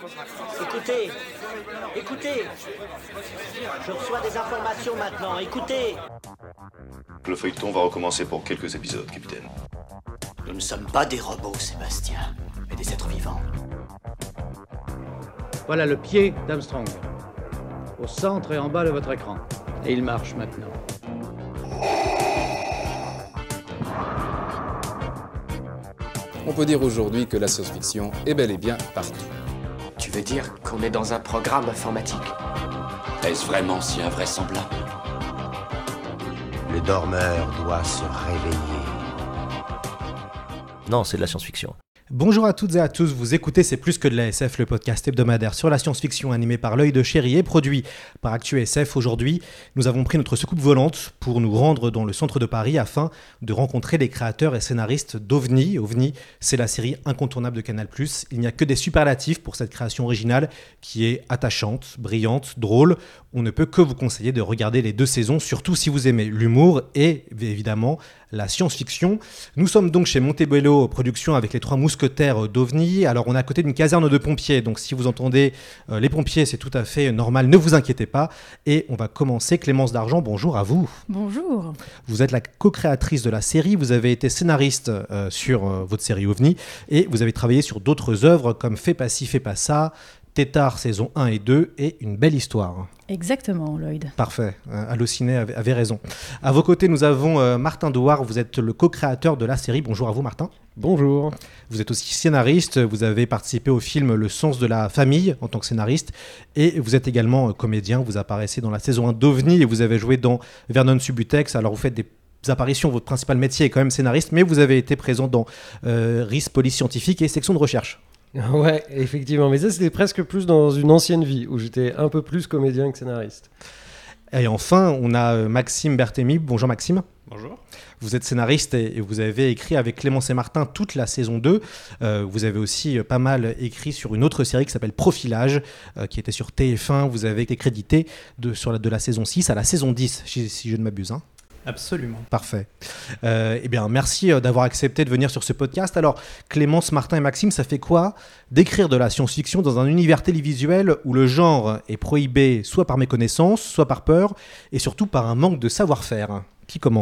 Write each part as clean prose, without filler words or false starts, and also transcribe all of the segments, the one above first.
Écoutez, écoutez. Je reçois des informations maintenant, écoutez. Le feuilleton va recommencer pour quelques épisodes, capitaine. Nous ne sommes pas des robots, Sébastien, mais des êtres vivants. Voilà le pied d'Armstrong, au centre et en bas de votre écran. Et il marche maintenant. On peut dire aujourd'hui que la science-fiction est bel et bien partout. Tu veux dire qu'on est dans un programme informatique? Est-ce vraiment si invraisemblable? Le dormeur doit se réveiller. Non, c'est de la science-fiction. Bonjour à toutes et à tous, vous écoutez C'est plus que de la SF, le podcast hebdomadaire sur la science-fiction animé par l'œil de Chéri et produit par Actu SF. Aujourd'hui, nous avons pris notre soucoupe volante pour nous rendre dans le centre de Paris afin de rencontrer les créateurs et scénaristes d'OVNI. OVNI, c'est la série incontournable de Canal+. Il n'y a que des superlatifs pour cette création originale qui est attachante, brillante, drôle. On ne peut que vous conseiller de regarder les 2 saisons, surtout si vous aimez l'humour et évidemment la science-fiction. Nous sommes donc chez Montebello Productions avec les 3 mousquetaires d'OVNI. Alors on est à côté d'une caserne de pompiers, donc si vous entendez les pompiers, c'est tout à fait normal, ne vous inquiétez pas. Et on va commencer. Clémence Dargent, bonjour à vous. Bonjour. Vous êtes la co-créatrice de la série, vous avez été scénariste sur votre série OVNI et vous avez travaillé sur d'autres œuvres comme Fais pas ci, fais pas ça, Tétard saison 1 et 2 et Une belle histoire. Exactement, Lloyd. Parfait, Allociné avait raison. À vos côtés, nous avons Martin Douard, vous êtes le co-créateur de la série. Bonjour à vous, Martin. Bonjour. Vous êtes aussi scénariste, vous avez participé au film Le sens de la famille en tant que scénariste et vous êtes également comédien, vous apparaissez dans la saison 1 d'OVNI et vous avez joué dans Vernon Subutex. Alors vous faites des apparitions, votre principal métier est quand même scénariste, mais vous avez été présent dans RIS Police Scientifique et Section de Recherche. Ouais, effectivement, mais ça c'était presque plus dans une ancienne vie où j'étais un peu plus comédien que scénariste. Et enfin, on a Maxime Berthemy. Bonjour Maxime. Bonjour. Vous êtes scénariste et vous avez écrit avec Clémence et Martin toute la saison 2. Vous avez aussi pas mal écrit sur une autre série qui s'appelle Profilage, qui était sur TF1. Vous avez été crédité de la saison 6 à la saison 10, si je ne m'abuse. Hein. Absolument. Parfait. Eh bien, merci d'avoir accepté de venir sur ce podcast. Alors, Clémence, Martin et Maxime, ça fait quoi d'écrire de la science-fiction dans un univers télévisuel où le genre est prohibé soit par méconnaissance, soit par peur, et surtout par un manque de savoir-faire? Qui commence ?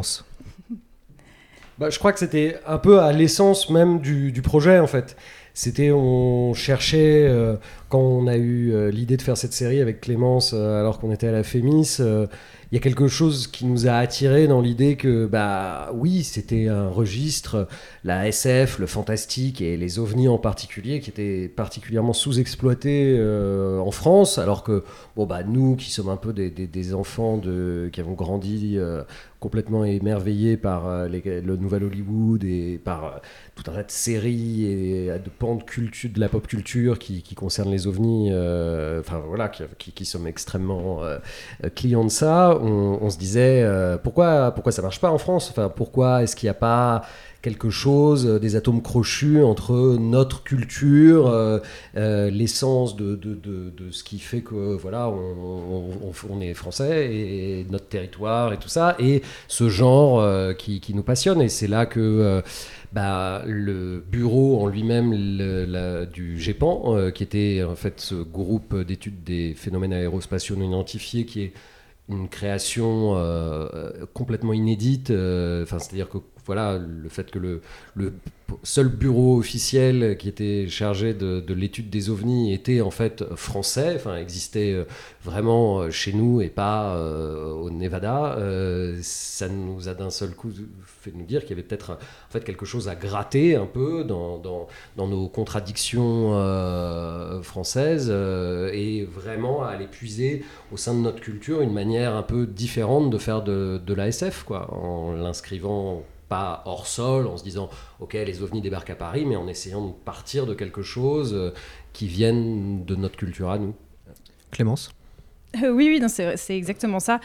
Je crois que c'était un peu à l'essence même du projet, en fait. On cherchait, quand on a eu l'idée de faire cette série avec Clémence, alors qu'on était à la Fémis, il y a quelque chose qui nous a attirés dans l'idée que, oui, c'était un registre, la SF, le fantastique et les ovnis en particulier, qui étaient particulièrement sous-exploités en France, alors que, nous qui sommes un peu des enfants qui avons grandi complètement émerveillés par le nouvel Hollywood et par tout un tas de séries et de pans de la pop culture qui concernent les ovnis, qui sommes extrêmement clients de ça, on se disait pourquoi ça marche pas en France, pourquoi est-ce qu'il n'y a pas quelque chose, des atomes crochus entre notre culture, l'essence de ce qui fait que on est français et notre territoire et tout ça, et ce genre qui nous passionne. Et c'est là que le bureau en lui-même du GEPAN, qui était en fait ce groupe d'études des phénomènes aérospatiaux non identifiés, qui est une création complètement inédite, c'est-à-dire que le fait que le seul bureau officiel qui était chargé de l'étude des ovnis était en fait français, existait vraiment chez nous et pas au Nevada, ça nous a d'un seul coup fait nous dire qu'il y avait peut-être en fait quelque chose à gratter un peu dans nos contradictions françaises, et vraiment à aller puiser au sein de notre culture une manière un peu différente de faire de la SF, en l'inscrivant pas hors sol, en se disant ok, les ovnis débarquent à Paris, mais en essayant de partir de quelque chose qui vienne de notre culture à nous. Clémence ? Oui, non, c'est exactement ça.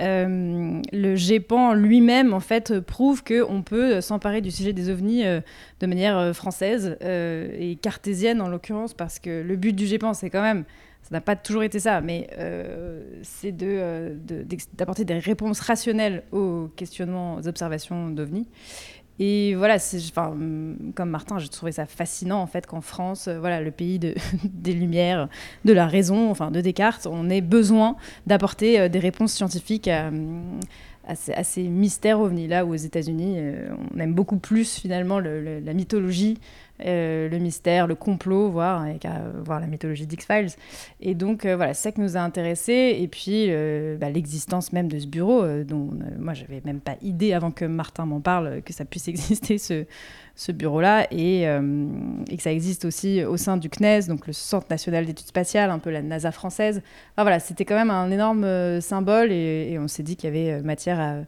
Le GEPAN lui-même, en fait, prouve qu'on peut s'emparer du sujet des ovnis de manière française et cartésienne, en l'occurrence, parce que le but du GEPAN, c'est quand même, ça n'a pas toujours été ça, mais c'est d'apporter des réponses rationnelles aux questionnements, aux observations d'ovnis. Et voilà, comme Martin, j'ai trouvé ça fascinant en fait qu'en France, le pays des Lumières, de la raison, enfin de Descartes, on ait besoin d'apporter des réponses scientifiques à ces mystères ovnis. Là où aux États-Unis, on aime beaucoup plus finalement la mythologie, le mystère, le complot, voire la mythologie d'X-Files. Et donc c'est ça qui nous a intéressés. Et puis l'existence même de ce bureau, dont moi j'avais même pas idée avant que Martin m'en parle que ça puisse exister ce bureau-là, et que ça existe aussi au sein du CNES, donc le Centre national d'études spatiales, un peu la NASA française. C'était quand même un énorme symbole, et on s'est dit qu'il y avait matière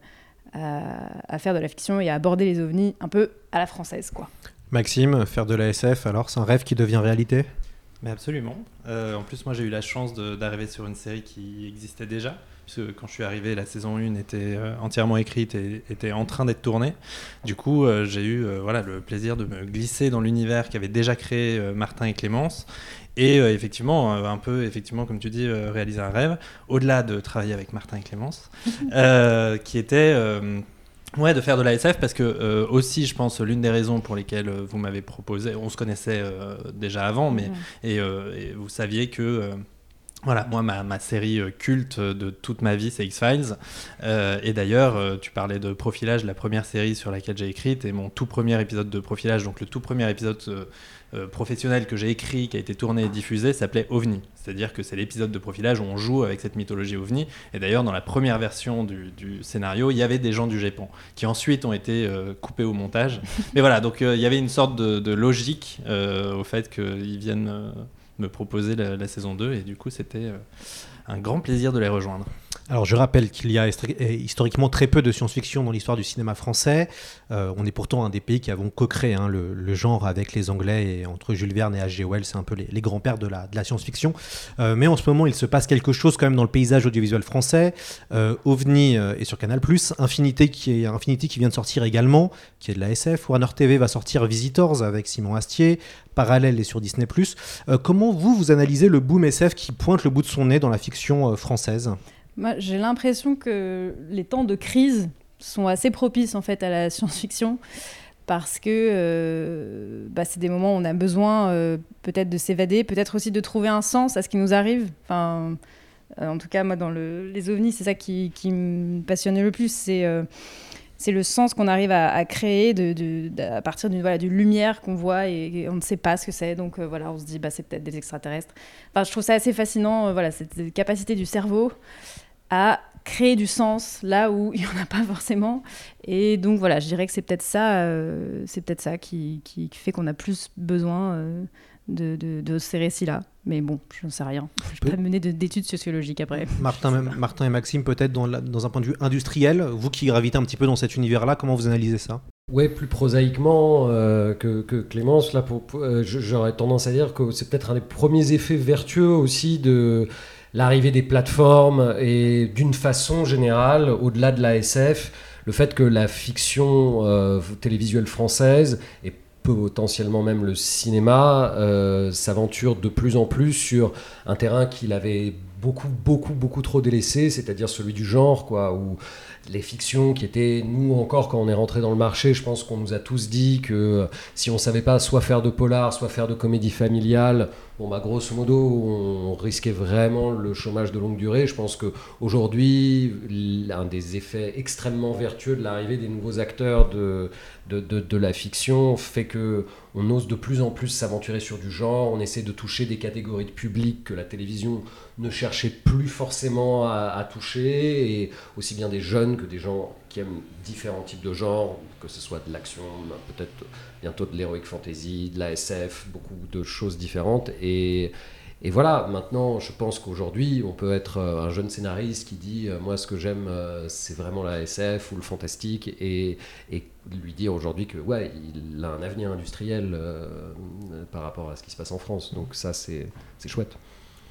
à faire de la fiction et à aborder les ovnis un peu à la française, quoi. Maxime, faire de la SF, alors c'est un rêve qui devient réalité ? Mais absolument. En plus, moi, j'ai eu la chance d'arriver sur une série qui existait déjà, puisque quand je suis arrivé, la saison 1 était entièrement écrite et était en train d'être tournée. Du coup, j'ai eu le plaisir de me glisser dans l'univers qu'avaient déjà créé Martin et Clémence. Et effectivement, un peu, effectivement, comme tu dis, réaliser un rêve, au-delà de travailler avec Martin et Clémence, qui était... de faire de la SF, parce que aussi, je pense, l'une des raisons pour lesquelles vous m'avez proposé, on se connaissait déjà avant, mais et vous saviez que moi, ma série culte de toute ma vie, c'est X-Files. Et d'ailleurs, tu parlais de Profilage, la première série sur laquelle j'ai écrite, et mon tout premier épisode de Profilage, donc le tout premier épisode professionnel que j'ai écrit, qui a été tourné et diffusé, s'appelait OVNI. C'est-à-dire que c'est l'épisode de Profilage où on joue avec cette mythologie OVNI. Et d'ailleurs, dans la première version du scénario, il y avait des gens du GEPAN qui ensuite ont été coupés au montage. Mais voilà, donc il y avait une sorte de logique au fait qu'ils viennent me proposer la saison 2. Et du coup, c'était un grand plaisir de les rejoindre. Alors je rappelle qu'il y a historiquement très peu de science-fiction dans l'histoire du cinéma français. On est pourtant un des pays qui avons co-créé le genre avec les Anglais, et entre Jules Verne et H.G. Wells, c'est un peu les grands-pères de la science-fiction. Mais en ce moment, il se passe quelque chose quand même dans le paysage audiovisuel français. OVNI est sur Canal+, Infinity qui vient de sortir également, qui est de la SF. Warner TV va sortir Visitors avec Simon Astier. Parallèle est sur Disney+. Comment vous analysez le boom SF qui pointe le bout de son nez dans la fiction française ? Moi, j'ai l'impression que les temps de crise sont assez propices en fait à la science-fiction, parce que c'est des moments où on a besoin peut-être de s'évader, peut-être aussi de trouver un sens à ce qui nous arrive. Enfin, en tout cas, moi, dans les ovnis, c'est ça qui me passionne le plus. C'est le sens qu'on arrive à créer à partir d'une lumière qu'on voit et on ne sait pas ce que c'est. Donc on se dit c'est peut-être des extraterrestres. Enfin, je trouve ça assez fascinant, cette capacité du cerveau à créer du sens là où il n'y en a pas forcément. Et donc je dirais que c'est peut-être ça qui fait qu'on a plus besoin de ces récits-là. Mais bon, je n'en sais rien. Je n'ai pas mené d'études sociologiques après. Martin et Maxime, peut-être dans un point de vue industriel, vous qui gravitez un petit peu dans cet univers-là, comment vous analysez ça ? Ouais, plus prosaïquement que Clémence, là, j'aurais tendance à dire que c'est peut-être un des premiers effets vertueux aussi de l'arrivée des plateformes, et d'une façon générale, au-delà de la SF, le fait que la fiction télévisuelle française et potentiellement même le cinéma s'aventure de plus en plus sur un terrain qu'il avait beaucoup trop délaissé, c'est-à-dire celui du genre, où les fictions qui étaient, nous encore, quand on est rentré dans le marché, je pense qu'on nous a tous dit que si on savait pas soit faire de polar, soit faire de comédie familiale, grosso modo, on risquait vraiment le chômage de longue durée. Je pense qu'aujourd'hui, un des effets extrêmement vertueux de l'arrivée des nouveaux acteurs de la fiction fait qu'on ose de plus en plus s'aventurer sur du genre, on essaie de toucher des catégories de public que la télévision ne cherchait plus forcément à toucher, et aussi bien des jeunes que des gens qui aiment différents types de genres, que ce soit de l'action, peut-être bientôt de l'heroic fantasy, de la SF, beaucoup de choses différentes. Et voilà, maintenant, je pense qu'aujourd'hui, on peut être un jeune scénariste qui dit « Moi, ce que j'aime, c'est vraiment la SF ou le fantastique », et lui dire aujourd'hui que il a un avenir industriel par rapport à ce qui se passe en France. Donc ça, c'est chouette.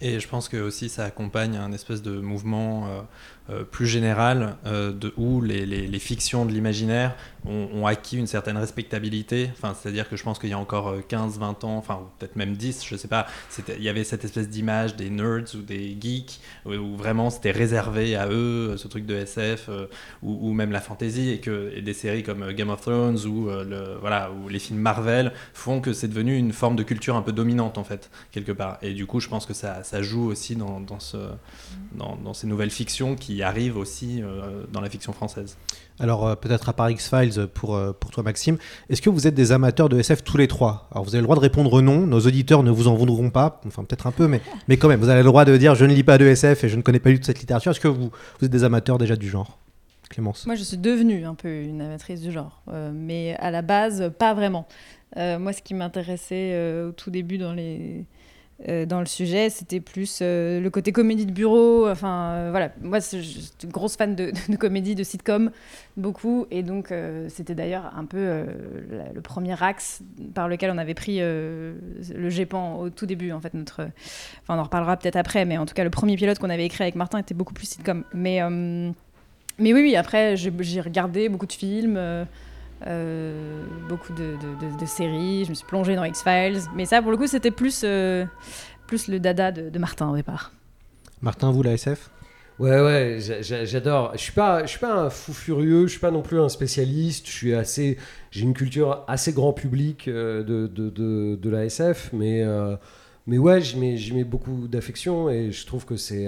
Et je pense que aussi ça accompagne un espèce de mouvement plus général où les fictions de l'imaginaire ont acquis une certaine respectabilité. Enfin, c'est-à-dire que je pense qu'il y a encore 15-20 ans, enfin peut-être même 10, je sais pas, il y avait cette espèce d'image des nerds ou des geeks où vraiment c'était réservé à eux, ce truc de SF ou même la fantasy, et des séries comme Game of Thrones ou les films Marvel font que c'est devenu une forme de culture un peu dominante en fait, quelque part. Et du coup, je pense que ça joue aussi dans ces nouvelles fictions qui arrivent aussi dans la fiction française. Alors peut-être à part X-Files pour toi Maxime, est-ce que vous êtes des amateurs de SF tous les trois? Alors vous avez le droit de répondre non, nos auditeurs ne vous en voudront pas, enfin peut-être un peu, mais quand même, vous avez le droit de dire je ne lis pas de SF et je ne connais pas du tout cette littérature. Est-ce que vous êtes des amateurs déjà du genre? Clémence? Moi je suis devenue un peu une amatrice du genre, mais à la base pas vraiment. Moi ce qui m'intéressait au tout début dans le sujet, c'était plus le côté comédie de bureau. Voilà, moi, je suis une grosse fan de comédie, de sitcom, beaucoup. Et donc, c'était d'ailleurs un peu le premier axe par lequel on avait pris le GEPAN au tout début. En fait, on en reparlera peut-être après, mais en tout cas, le premier pilote qu'on avait écrit avec Martin était beaucoup plus sitcom. Mais oui, après, j'ai regardé beaucoup de films. Beaucoup de séries, je me suis plongée dans X-Files, mais ça pour le coup c'était plus le dada de Martin au départ. Martin, vous la SF? Ouais, j'adore. Je suis pas un fou furieux, je suis pas non plus un spécialiste, j'ai une culture assez grand public de la SF, mais ouais, j'y mets beaucoup d'affection et je trouve que c'est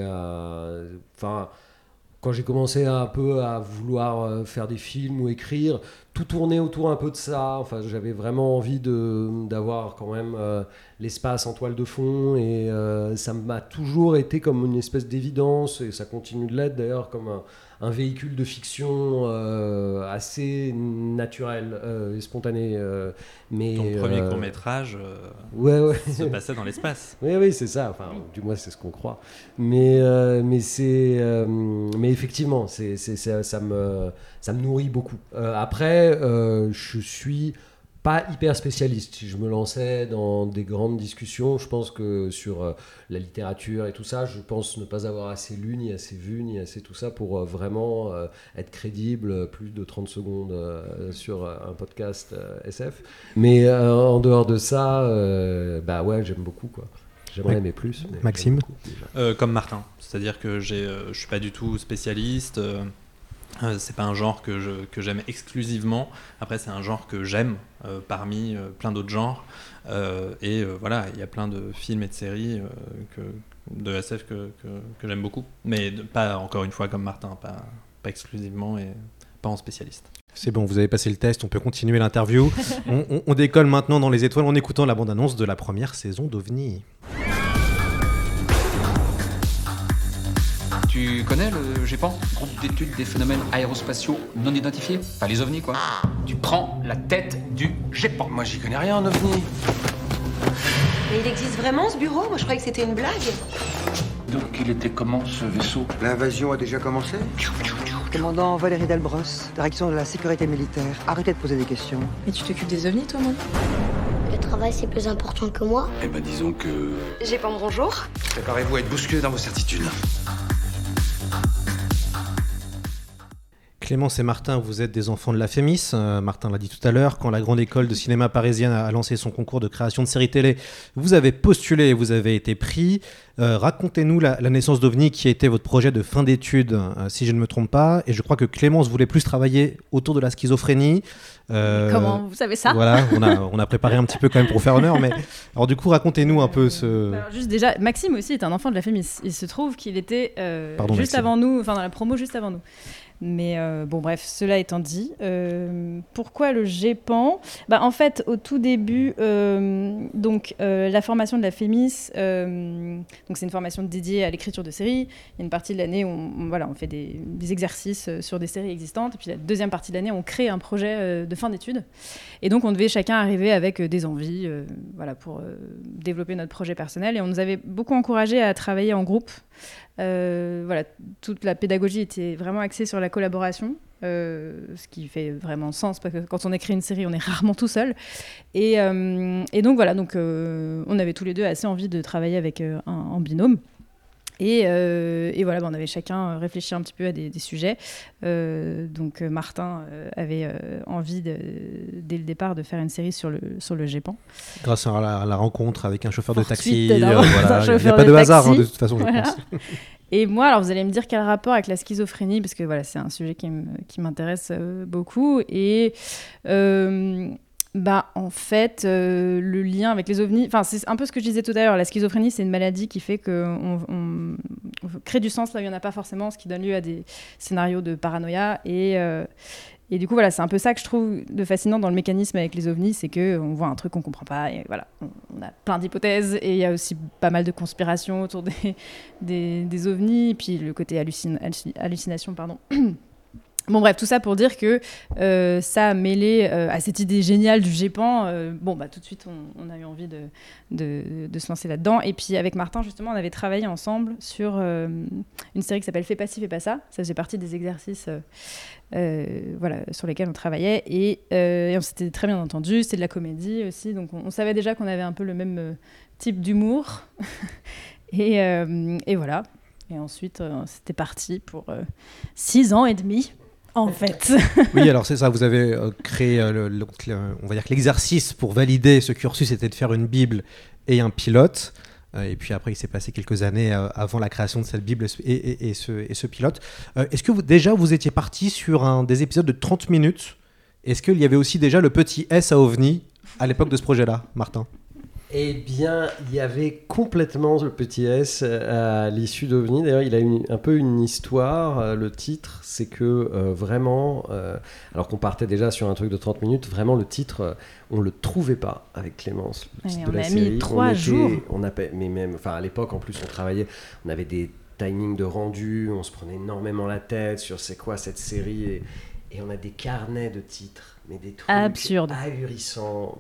quand j'ai commencé un peu à vouloir faire des films ou écrire, tout tournait autour un peu de ça. Enfin, j'avais vraiment envie d'avoir quand même l'espace en toile de fond et ça m'a toujours été comme une espèce d'évidence et ça continue de l'être d'ailleurs comme un véhicule de fiction assez naturel et spontané. Ton premier court-métrage se passait dans l'espace. Oui, c'est ça. Enfin, du moins, c'est ce qu'on croit. Mais effectivement, ça me nourrit beaucoup. Après, je suis pas hyper spécialiste. Si je me lançais dans des grandes discussions, je pense que sur la littérature et tout ça, je pense ne pas avoir assez lu, ni assez vu, ni assez tout ça pour vraiment être crédible plus de 30 secondes sur un podcast SF. Mais en dehors de ça, ouais, j'aime beaucoup, quoi. J'aimerais aimer plus. Mais Maxime? Comme Martin. C'est-à-dire que je suis pas du tout spécialiste. C'est pas un genre que j'aime exclusivement. Après, c'est un genre que j'aime parmi plein d'autres genres. Voilà, il y a plein de films et de séries de SF que j'aime beaucoup. Mais pas, encore une fois, comme Martin, pas exclusivement et pas en spécialiste. C'est bon, vous avez passé le test, on peut continuer l'interview. On décolle maintenant dans les étoiles en écoutant la bande-annonce de la première saison d'OVNI. Tu connais le GEPAN, groupe d'études des phénomènes aérospatiaux non identifiés? Enfin, les ovnis, quoi. Tu prends la tête du GEPAN. Moi, j'y connais rien en ovni. Mais il existe vraiment ce bureau? Moi, je croyais que c'était une blague. Donc, il était comment, ce vaisseau? L'invasion a déjà commencé? Commandant Valérie Delbros, direction de la sécurité militaire. Arrêtez de poser des questions. Et tu t'occupes des ovnis, toi, mon? Le travail, c'est plus important que moi. Eh ben, disons que... GEPAN, bonjour. Préparez-vous à être bousculé dans vos certitudes. Clémence et Martin, vous êtes des enfants de la Fémis. Martin l'a dit tout à l'heure, quand la grande école de cinéma parisienne a lancé son concours de création de séries télé, vous avez postulé et vous avez été pris. Racontez-nous la naissance d'OVNI qui a été votre projet de fin d'études, si je ne me trompe pas. Et je crois que Clémence voulait plus travailler autour de la schizophrénie. Comment vous savez ça? Voilà, on a préparé un petit peu quand même pour faire honneur. Mais alors du coup, racontez-nous un peu ce... Alors, juste déjà, Maxime aussi est un enfant de la Fémis. Il se trouve qu'il était juste Maxime. avant nous, enfin dans la promo juste avant nous. Mais bon, bref, cela étant dit, pourquoi le GEPAN? En fait, au tout début, la formation de la Fémis, donc c'est une formation dédiée à l'écriture de séries. Il y a une partie de l'année où on fait des exercices sur des séries existantes. Et puis la deuxième partie de l'année, on crée un projet de fin d'études. Et donc, on devait chacun arriver avec des envies pour développer notre projet personnel. Et on nous avait beaucoup encouragé à travailler en groupe. Toute la pédagogie était vraiment axée sur la collaboration. ce qui fait vraiment sens, parce que quand on écrit une série, on est rarement tout seul. Et donc voilà, on avait tous les deux assez envie de travailler avec en binôme. Et voilà, on avait chacun réfléchi un petit peu à des sujets. Donc Martin avait envie dès le départ de faire une série sur le GEPAN. Grâce à la rencontre avec un chauffeur de taxi. Il n'y a pas de hasard de toute façon, voilà. je pense. Et moi, alors vous allez me dire quel rapport avec la schizophrénie, parce que voilà, c'est un sujet qui m'intéresse beaucoup. Et en fait, le lien avec les ovnis, c'est un peu ce que je disais tout à l'heure. La schizophrénie, c'est une maladie qui fait qu'on crée du sens là où il n'y en a pas forcément, ce qui donne lieu à des scénarios de paranoïa. Et du coup, voilà, c'est un peu ça que je trouve de fascinant dans le mécanisme avec les ovnis, c'est qu'on voit un truc qu'on ne comprend pas, et voilà, on a plein d'hypothèses, et il y a aussi pas mal de conspirations autour des ovnis, et puis le côté hallucination, pardon. Bon bref, tout ça pour dire que ça a mêlé à cette idée géniale du GEPAN, tout de suite on a eu envie de se lancer là-dedans. Et puis avec Martin, justement, on avait travaillé ensemble sur une série qui s'appelle Fais pas ci, fais pas ça. Ça faisait partie des exercices sur lesquels on travaillait. Et on s'était très bien entendu, c'était de la comédie aussi. Donc on savait déjà qu'on avait un peu le même type d'humour. et voilà. Et ensuite, c'était parti pour 6 ans et demi. En fait. Oui, alors c'est ça, vous avez créé, on va dire que l'exercice pour valider ce cursus était de faire une Bible et un pilote. Et puis après, il s'est passé quelques années avant la création de cette Bible et ce pilote. Est-ce que vous étiez parti sur des épisodes de 30 minutes ? Est-ce qu'il y avait aussi déjà le petit S à OVNI à l'époque de ce projet-là, Martin ? Eh bien, il y avait complètement le petit S à l'issue d'OVNI. D'ailleurs, il a un peu une histoire. Le titre, c'est que vraiment, alors qu'on partait déjà sur un truc de 30 minutes, vraiment le titre, on le trouvait pas avec Clémence. Le titre de la série. Mis 3 jours. Mais même, à l'époque, en plus, on travaillait, on avait des timings de rendu, on se prenait énormément la tête sur c'est quoi cette série, et on a des carnets de titres, mais des trucs absurdes, ahurissants,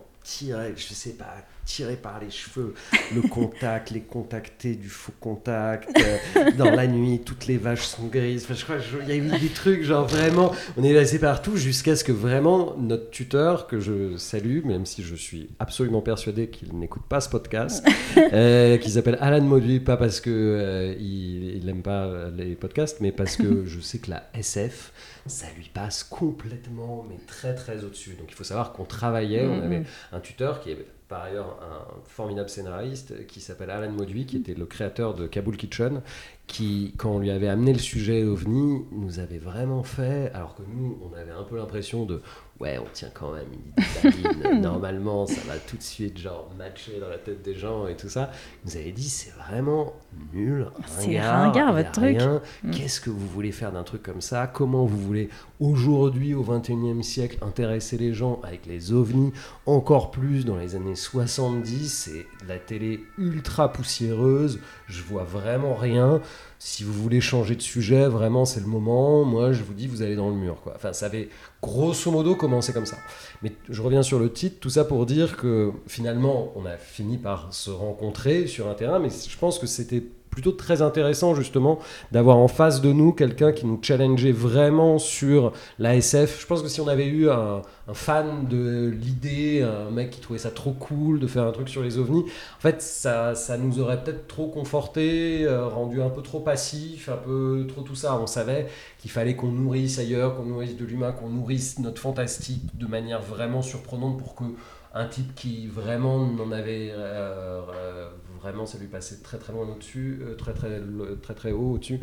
tiré par les cheveux, le contact, les contactés du faux contact, dans la nuit, toutes les vaches sont grises. Je crois qu'il y a eu des trucs, genre vraiment, on est laissé partout jusqu'à ce que vraiment notre tuteur, que je salue, même si je suis absolument persuadé qu'il n'écoute pas ce podcast, qui s'appelle Alan Mauduit, pas parce que il n'aime pas les podcasts, mais parce que je sais que la SF, ça lui passe complètement, mais très très au-dessus. Donc il faut savoir qu'on travaillait, on avait un tuteur qui est par ailleurs un formidable scénariste qui s'appelle Alan Mauduit, qui était le créateur de Kaboul Kitchen, qui, quand on lui avait amené le sujet OVNI, nous avait vraiment fait, alors que nous, on avait un peu l'impression de ouais, on tient quand même une idée d'Aline, normalement, ça va tout de suite genre matcher dans la tête des gens et tout ça. Il nous avait dit, c'est vraiment nul, c'est ringard votre truc. Qu'est-ce que vous voulez faire d'un truc comme ça ? Comment vous voulez, aujourd'hui, au 21e siècle, intéresser les gens avec les ovnis, encore plus dans les années 70, c'est la télé ultra poussiéreuse, je vois vraiment rien. Si vous voulez changer de sujet, vraiment, c'est le moment. Moi, je vous dis, vous allez dans le mur, quoi. Enfin, ça avait grosso modo commencé comme ça. Mais je reviens sur le titre, tout ça pour dire que finalement, on a fini par se rencontrer sur un terrain, mais je pense que c'était plutôt très intéressant justement d'avoir en face de nous quelqu'un qui nous challengeait vraiment sur la SF. Je pense que si on avait eu un fan de l'idée, un mec qui trouvait ça trop cool de faire un truc sur les ovnis, en fait ça nous aurait peut-être trop conforté, rendu un peu trop passif, un peu trop tout ça. On savait qu'il fallait qu'on nourrisse ailleurs, qu'on nourrisse de l'humain, qu'on nourrisse notre fantastique de manière vraiment surprenante pour que un type qui vraiment n'en avait vraiment, ça lui passait très très loin au-dessus, très haut au-dessus,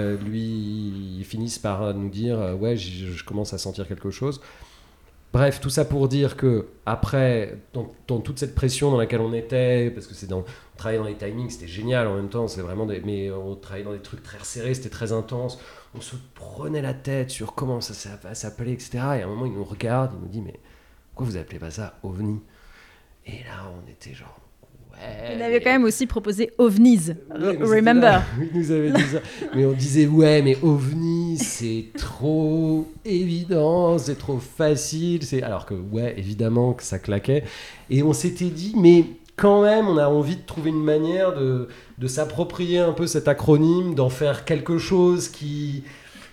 lui il finisse par nous dire ouais, je commence à sentir quelque chose. Bref, tout ça pour dire que après, dans toute cette pression dans laquelle on était, parce que on travaillait dans les timings, c'était génial en même temps, c'est vraiment mais on travaillait dans des trucs très resserrés, c'était très intense, on se prenait la tête sur comment ça va s'appeler, etc. Et à un moment, il nous regarde, il nous dit mais pourquoi vous appelez pas ça OVNI ? Et là, on était genre ouais. Il avait quand même aussi proposé OVNIs, remember. Il nous avait dit ça. Mais on disait ouais, mais OVNI, c'est trop évident, c'est trop facile. Alors que ouais, évidemment que ça claquait. Et on s'était dit mais quand même, on a envie de trouver une manière de s'approprier un peu cet acronyme, d'en faire quelque chose qui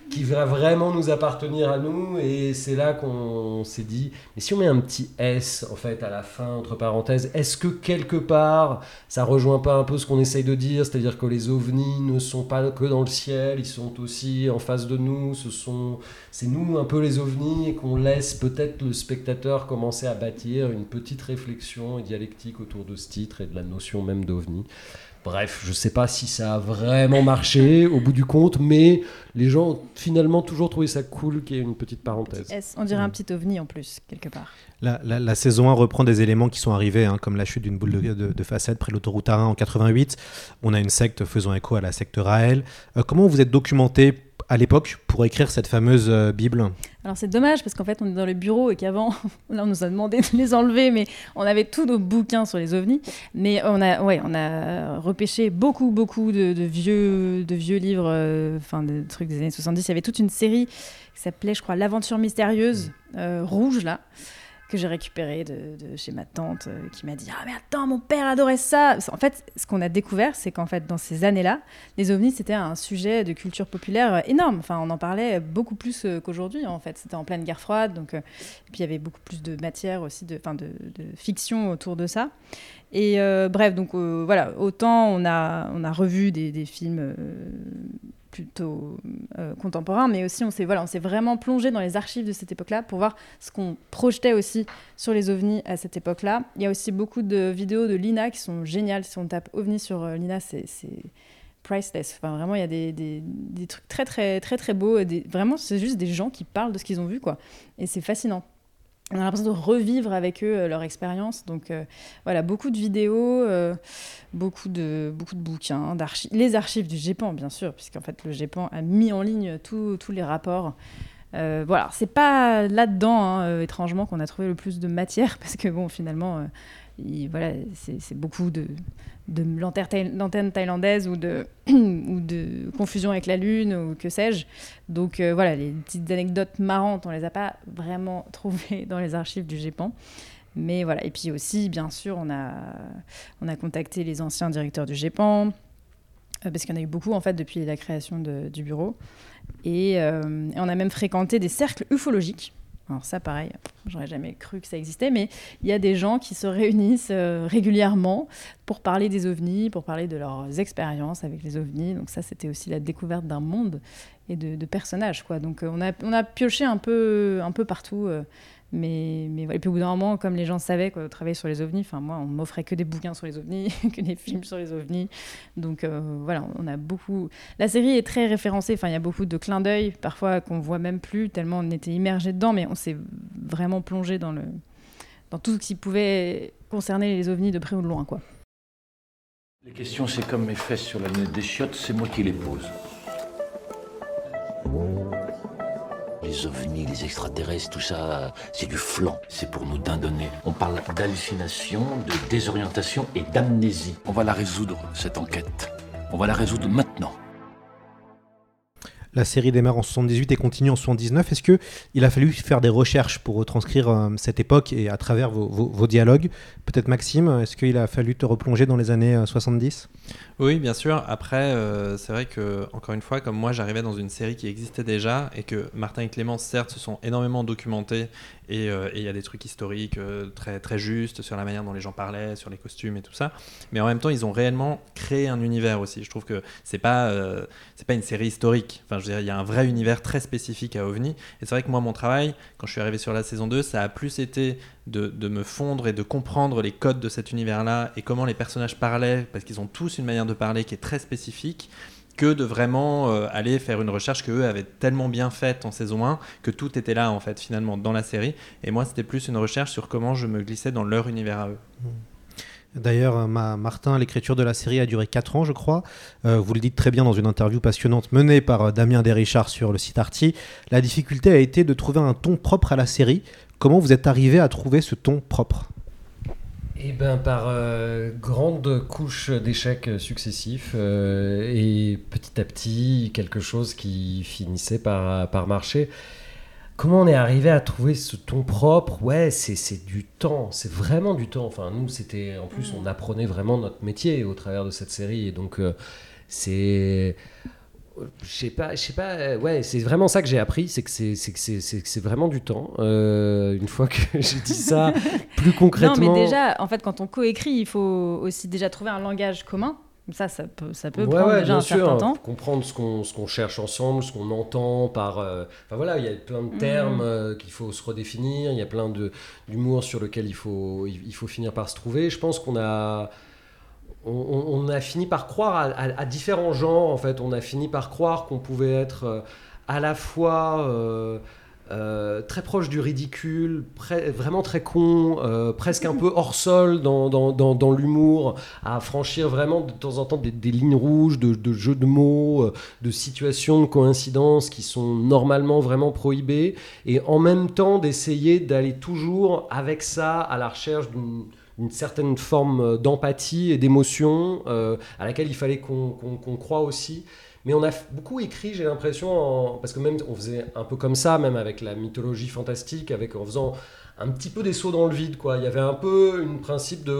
qui va vraiment nous appartenir à nous, et c'est là qu'on s'est dit, mais si on met un petit S en fait à la fin, entre parenthèses, est-ce que quelque part ça rejoint pas un peu ce qu'on essaye de dire, c'est-à-dire que les ovnis ne sont pas que dans le ciel, ils sont aussi en face de nous, c'est nous un peu les ovnis, et qu'on laisse peut-être le spectateur commencer à bâtir une petite réflexion et dialectique autour de ce titre et de la notion même d'ovni. Bref, je sais pas si ça a vraiment marché au bout du compte, mais les gens ont finalement toujours trouvé ça cool qu'il y ait une petite parenthèse. On dirait un petit ovni en plus, quelque part. La saison 1 reprend des éléments qui sont arrivés, comme la chute d'une boule de facettes près de l'autoroute A1 en 88. On a une secte faisant écho à la secte Raël. Comment vous êtes documenté à l'époque pour écrire cette fameuse Bible ? Alors c'est dommage parce qu'en fait on est dans le bureau et qu'avant, là on nous a demandé de les enlever, mais on avait tous nos bouquins sur les ovnis, mais on a repêché beaucoup de vieux livres, des trucs des années 70. Il y avait toute une série qui s'appelait, je crois, L'Aventure mystérieuse, rouge là, que j'ai récupéré de chez ma tante, qui m'a dit « Ah mais attends, mon père adorait ça !» En fait, ce qu'on a découvert, c'est qu'en fait, dans ces années-là, les ovnis, c'était un sujet de culture populaire énorme. Enfin, on en parlait beaucoup plus qu'aujourd'hui, en fait. C'était en pleine guerre froide, donc... et puis il y avait beaucoup plus de matière aussi, de fiction autour de ça. Et bref, donc voilà, autant on a revu des films... plutôt contemporain, mais aussi on s'est vraiment plongé dans les archives de cette époque-là pour voir ce qu'on projetait aussi sur les ovnis à cette époque-là. Il y a aussi beaucoup de vidéos de l'INA qui sont géniales. Si on tape ovnis sur l'INA, c'est priceless. Enfin, vraiment, il y a des trucs très, très, très, très beaux. Vraiment, c'est juste des gens qui parlent de ce qu'ils ont vu, quoi. Et c'est fascinant. On a l'impression de revivre avec eux leur expérience. Donc voilà, beaucoup de vidéos, beaucoup de bouquins, les archives du GEPAN, bien sûr, puisqu'en fait le GEPAN a mis en ligne tous les rapports. Voilà, c'est pas là-dedans, étrangement, qu'on a trouvé le plus de matière, parce que bon, finalement, voilà, c'est beaucoup de l'antenne thaïlandaise ou de confusion avec la Lune ou que sais-je. Donc voilà, les petites anecdotes marrantes, on les a pas vraiment trouvées dans les archives du GEPAN. Mais voilà, et puis aussi, bien sûr, on a contacté les anciens directeurs du GEPAN, parce qu'il y en a eu beaucoup en fait depuis la création du bureau. Et on a même fréquenté des cercles ufologiques. Alors ça, pareil, j'aurais jamais cru que ça existait, mais il y a des gens qui se réunissent régulièrement pour parler des ovnis, pour parler de leurs expériences avec les ovnis. Donc ça, c'était aussi la découverte d'un monde et de personnages, quoi. Donc on a pioché un peu partout, mais voilà. Et puis au bout d'un moment, comme les gens savaient qu'on travaillait sur les ovnis, enfin moi, on m'offrait que des bouquins sur les ovnis, que des films sur les ovnis. Donc voilà, on a beaucoup... La série est très référencée, enfin il y a beaucoup de clins d'œil, parfois qu'on voit même plus, tellement on était immergé dedans, mais on s'est vraiment plongé dans tout ce qui pouvait concerner les ovnis de près ou de loin, quoi. Les questions, c'est comme mes fesses sur la lunette des chiottes, c'est moi qui les pose. Les ovnis, les extraterrestres, tout ça, c'est du flan. C'est pour nous dindonner. On parle d'hallucination, de désorientation et d'amnésie. On va la résoudre, cette enquête. On va la résoudre maintenant. La série démarre en 78 et continue en 79. Est-ce qu'il a fallu faire des recherches pour retranscrire cette époque et à travers vos dialogues ? Peut-être Maxime, est-ce qu'il a fallu te replonger dans les années 70 ? Oui, bien sûr. Après, c'est vrai que, encore une fois, comme moi, j'arrivais dans une série qui existait déjà et que Martin et Clément, certes, se sont énormément documentés et il y a des trucs historiques très, très justes sur la manière dont les gens parlaient, sur les costumes et tout ça. Mais en même temps, ils ont réellement créé un univers aussi. Je trouve que c'est pas une série historique. Enfin, je veux dire, il y a un vrai univers très spécifique à OVNI. Et c'est vrai que moi, mon travail, quand je suis arrivé sur la saison 2, ça a plus été de me fondre et de comprendre les codes de cet univers-là et comment les personnages parlaient, parce qu'ils ont tous une manière de parler qui est très spécifique, que de vraiment aller faire une recherche qu'eux avaient tellement bien faite en saison 1 que tout était là en fait finalement dans la série. Et moi c'était plus une recherche sur comment je me glissais dans leur univers à eux. D'ailleurs, Martin, l'écriture de la série a duré 4 ans, je crois. Vous le dites très bien dans une interview passionnante menée par Damien Desrichard sur le site Arty. La difficulté a été de trouver un ton propre à la série. Comment vous êtes arrivé à trouver ce ton propre ? Eh bien, par grandes couches d'échecs successifs et petit à petit, quelque chose qui finissait par marcher. Comment on est arrivé à trouver ce ton propre ? Ouais, c'est du temps, c'est vraiment du temps. Enfin, nous, c'était... En plus, on apprenait vraiment notre métier au travers de cette série. Et donc, Je sais pas. Ouais, c'est vraiment ça que j'ai appris, c'est que c'est vraiment du temps. Une fois que j'ai dit ça, plus concrètement. Non, mais déjà, en fait, quand on coécrit, il faut aussi déjà trouver un langage commun. Ça peut prendre déjà un certain temps. Comprendre ce qu'on cherche ensemble, ce qu'on entend par. Enfin voilà, il y a plein de termes qu'il faut se redéfinir. Il y a plein d'humour sur lequel il faut finir par se trouver. Je pense qu'on a. On a fini par croire à différents genres, en fait. On a fini par croire qu'on pouvait être à la fois très proche du ridicule, vraiment très con, presque un peu hors sol dans l'humour, à franchir vraiment de temps en temps des lignes rouges de jeux de mots, de situations, de coïncidences qui sont normalement vraiment prohibées, et en même temps d'essayer d'aller toujours avec ça à la recherche d'une certaine forme d'empathie et d'émotion à laquelle il fallait qu'on croie aussi. Mais on a beaucoup écrit, j'ai l'impression, parce que même on faisait un peu comme ça, même avec la mythologie fantastique, en faisant un petit peu des sauts dans le vide, quoi. Il y avait un peu un principe de...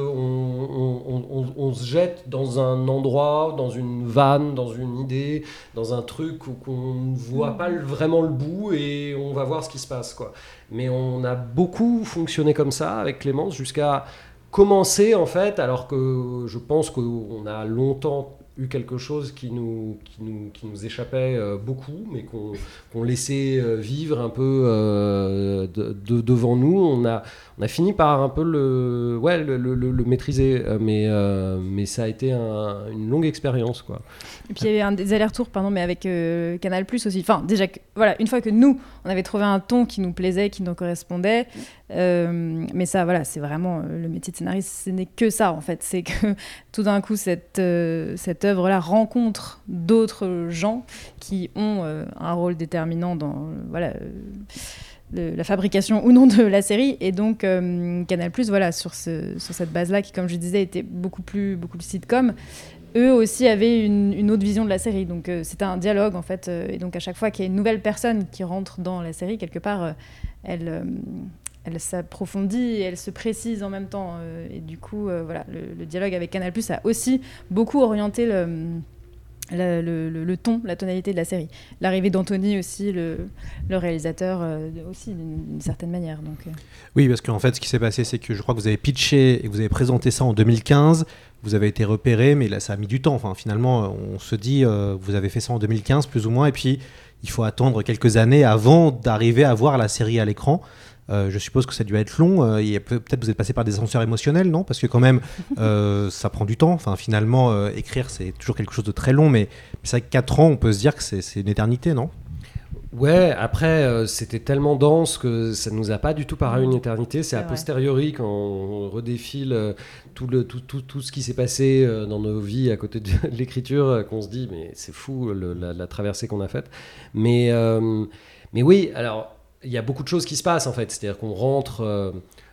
On se jette dans un endroit, dans une vanne, dans une idée, dans un truc où qu'on ne voit pas vraiment le bout, et on va voir ce qui se passe, quoi. Mais on a beaucoup fonctionné comme ça avec Clémence jusqu'à commencer, en fait, alors que je pense qu'on a longtemps eu quelque chose qui nous échappait beaucoup, mais qu'on laissait vivre un peu devant nous. On a fini par un peu le maîtriser, mais ça a été une longue expérience, quoi. Et puis il y avait des allers-retours, mais avec Canal+ aussi. Enfin, déjà, voilà, une fois que nous, on avait trouvé un ton qui nous plaisait, qui nous correspondait, mais ça, voilà, c'est vraiment le métier de scénariste, ce n'est que ça, en fait. C'est que tout d'un coup, cette œuvre-là rencontre d'autres gens qui ont un rôle déterminant dans la fabrication ou non de la série, et donc Canal+, voilà, sur cette base-là, qui, comme je disais, était beaucoup plus sitcom, eux aussi avaient une autre vision de la série, donc c'était un dialogue, en fait, et donc à chaque fois qu'il y a une nouvelle personne qui rentre dans la série, quelque part, elle s'approfondit et elle se précise en même temps, et du coup, voilà, le dialogue avec Canal+ a aussi beaucoup orienté le ton, la tonalité de la série. L'arrivée d'Anthony aussi, le réalisateur, aussi d'une certaine manière. Donc, Oui, parce qu'en fait, ce qui s'est passé, c'est que je crois que vous avez pitché et vous avez présenté ça en 2015. Vous avez été repéré, mais là, ça a mis du temps. Enfin, finalement, on se dit, vous avez fait ça en 2015, plus ou moins, et puis il faut attendre quelques années avant d'arriver à voir la série à l'écran. Je suppose que ça a dû être long. Peut-être vous êtes passé par des ascenseurs émotionnels, non ? Parce que quand même, ça prend du temps. Enfin, finalement, écrire, c'est toujours quelque chose de très long. Mais c'est vrai que 4 ans, on peut se dire que c'est une éternité, non ? Ouais, après, c'était tellement dense que ça ne nous a pas du tout paru une éternité. C'est a posteriori, quand on redéfile tout ce qui s'est passé dans nos vies à côté de l'écriture, qu'on se dit, mais c'est fou la traversée qu'on a faite. Mais oui, alors... Il y a beaucoup de choses qui se passent, en fait. C'est-à-dire qu'on rentre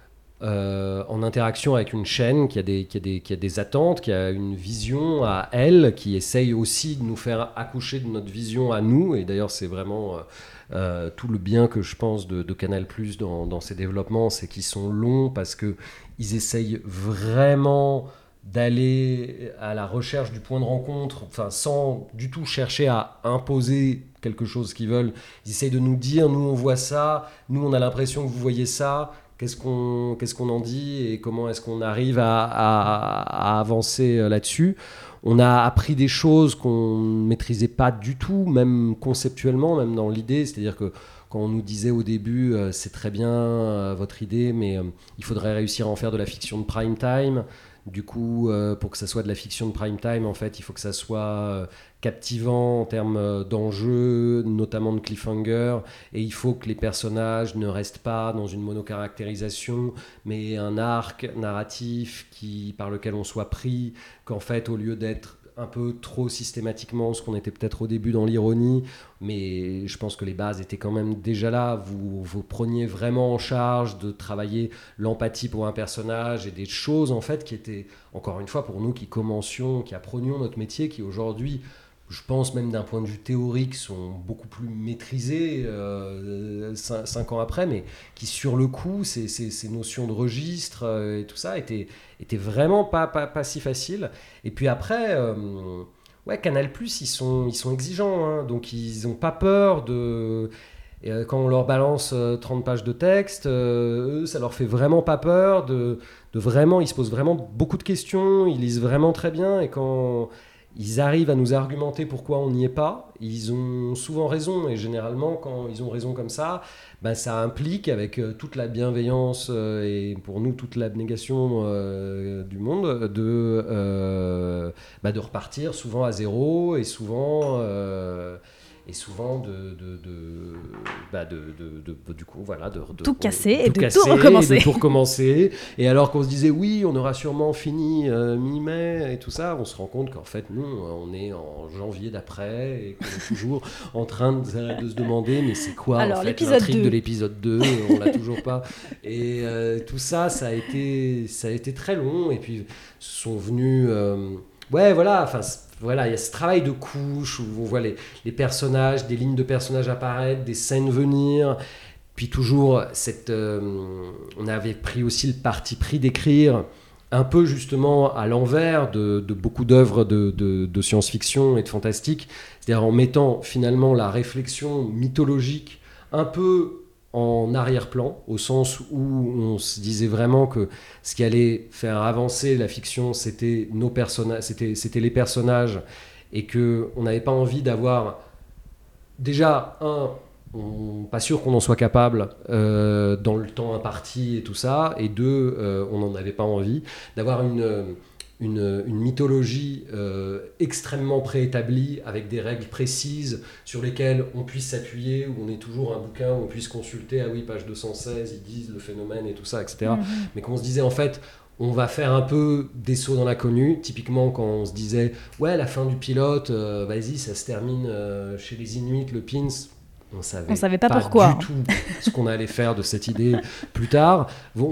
en interaction avec une chaîne qui a des attentes, qui a une vision à elle, qui essaye aussi de nous faire accoucher de notre vision à nous. Et d'ailleurs, c'est vraiment tout le bien que je pense de Canal+ dans ces développements, c'est qu'ils sont longs parce qu'ils essayent vraiment d'aller à la recherche du point de rencontre, enfin, sans du tout chercher à imposer quelque chose qu'ils veulent. Ils essayent de nous dire, nous on voit ça, nous on a l'impression que vous voyez ça, qu'est-ce qu'on en dit et comment est-ce qu'on arrive à avancer là-dessus. On a appris des choses qu'on ne maîtrisait pas du tout, même conceptuellement, même dans l'idée, c'est-à-dire que quand on nous disait au début c'est très bien votre idée, mais il faudrait réussir à en faire de la fiction de prime time. Du coup, pour que ça soit de la fiction de prime time, en fait, il faut que ça soit captivant en termes d'enjeux, notamment de cliffhanger, et il faut que les personnages ne restent pas dans une monocaractérisation, mais un arc narratif par lequel on soit pris, qu'en fait, au lieu d'être un peu trop systématiquement, ce qu'on était peut-être au début dans l'ironie, mais je pense que les bases étaient quand même déjà là. Vous preniez vraiment en charge de travailler l'empathie pour un personnage et des choses en fait qui étaient, encore une fois, pour nous qui commencions, qui apprenions notre métier, qui aujourd'hui, je pense même d'un point de vue théorique, sont beaucoup plus maîtrisés 5 ans après, mais qui sur le coup, ces notions de registre et tout ça étaient vraiment pas si faciles. Et puis après, Ouais, Canal+, ils sont exigeants, hein, donc ils n'ont pas peur de... Et quand on leur balance 30 pages de texte, eux, ça leur fait vraiment pas peur de vraiment... Ils se posent vraiment beaucoup de questions, ils lisent vraiment très bien, et quand ils arrivent à nous argumenter pourquoi on n'y est pas, ils ont souvent raison, et généralement, quand ils ont raison comme ça, ben, ça implique, avec toute la bienveillance et pour nous, toute l'abnégation du monde, de repartir souvent à zéro, et souvent... du coup voilà de tout casser et tout de casser, tout recommencer. et de tout recommencer. Et alors qu'on se disait oui, on aura sûrement fini mi-mai et tout ça, on se rend compte qu'en fait nous on est en janvier d'après et qu'on est toujours en train de se demander mais c'est quoi alors, en fait l'intrigue de l'épisode 2, on l'a toujours pas. Et tout ça a été très long, et puis sont venus voilà, il y a ce travail de couche où on voit les personnages, des lignes de personnages apparaître, des scènes venir. Puis toujours, on avait pris aussi le parti pris d'écrire un peu justement à l'envers de beaucoup d'œuvres de science-fiction et de fantastique. C'est-à-dire en mettant finalement la réflexion mythologique un peu en arrière-plan, au sens où on se disait vraiment que ce qui allait faire avancer la fiction, c'était nos personnages, c'était les personnages, et que on n'avait pas envie d'avoir déjà pas sûr qu'on en soit capable dans le temps imparti et tout ça, et deux, on n'en avait pas envie d'avoir une mythologie extrêmement préétablie, avec des règles précises sur lesquelles on puisse s'appuyer, où on ait toujours un bouquin où on puisse consulter, ah oui, page 216, ils disent le phénomène et tout ça, etc. Mais qu'on se disait en fait, on va faire un peu des sauts dans l'inconnu. Typiquement quand on se disait, ouais, la fin du pilote, vas-y, ça se termine chez les Inuits, le Pins. On savait pas pourquoi du tout ce qu'on allait faire de cette idée plus tard.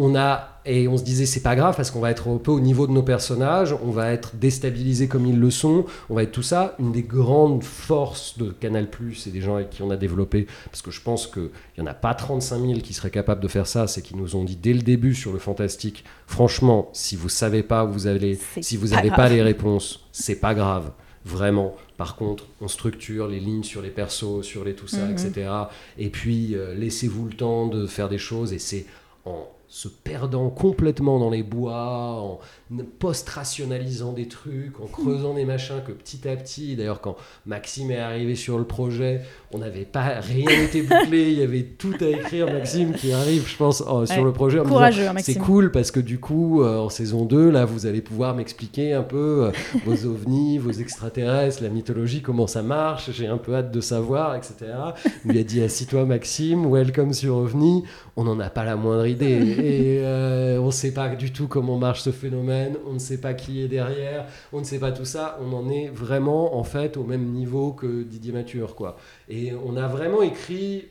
Et on se disait c'est pas grave parce qu'on va être un peu au niveau de nos personnages, on va être déstabilisés comme ils le sont, on va être tout ça. Une des grandes forces de Canal+, et des gens avec qui on a développé, parce que je pense qu'il n'y en a pas 35 000 qui seraient capables de faire ça, c'est qu'ils nous ont dit dès le début sur le fantastique, franchement, si vous savez pas où vous allez, si vous n'avez pas les réponses, c'est pas grave. Vraiment. Par contre, on structure les lignes sur les persos, sur les tout ça, etc. Et puis, laissez-vous le temps de faire des choses. Et c'est en se perdant complètement dans les bois, en post-rationalisant des trucs, en creusant des machins, que petit à petit, d'ailleurs quand Maxime est arrivé sur le projet, on n'avait pas rien été bouclé, il y avait tout à écrire. Maxime qui arrive, je pense, sur le projet, en me disant, c'est cool parce que du coup, en saison 2, là, vous allez pouvoir m'expliquer un peu vos ovnis, vos extraterrestres, la mythologie, comment ça marche, j'ai un peu hâte de savoir, etc. Il lui a dit, assis-toi Maxime, welcome sur OVNI. On n'en a pas la moindre idée. Et on ne sait pas du tout comment marche ce phénomène, on ne sait pas qui est derrière, on ne sait pas tout ça. On en est vraiment en fait au même niveau que Didier Mature, quoi. Et on a vraiment écrit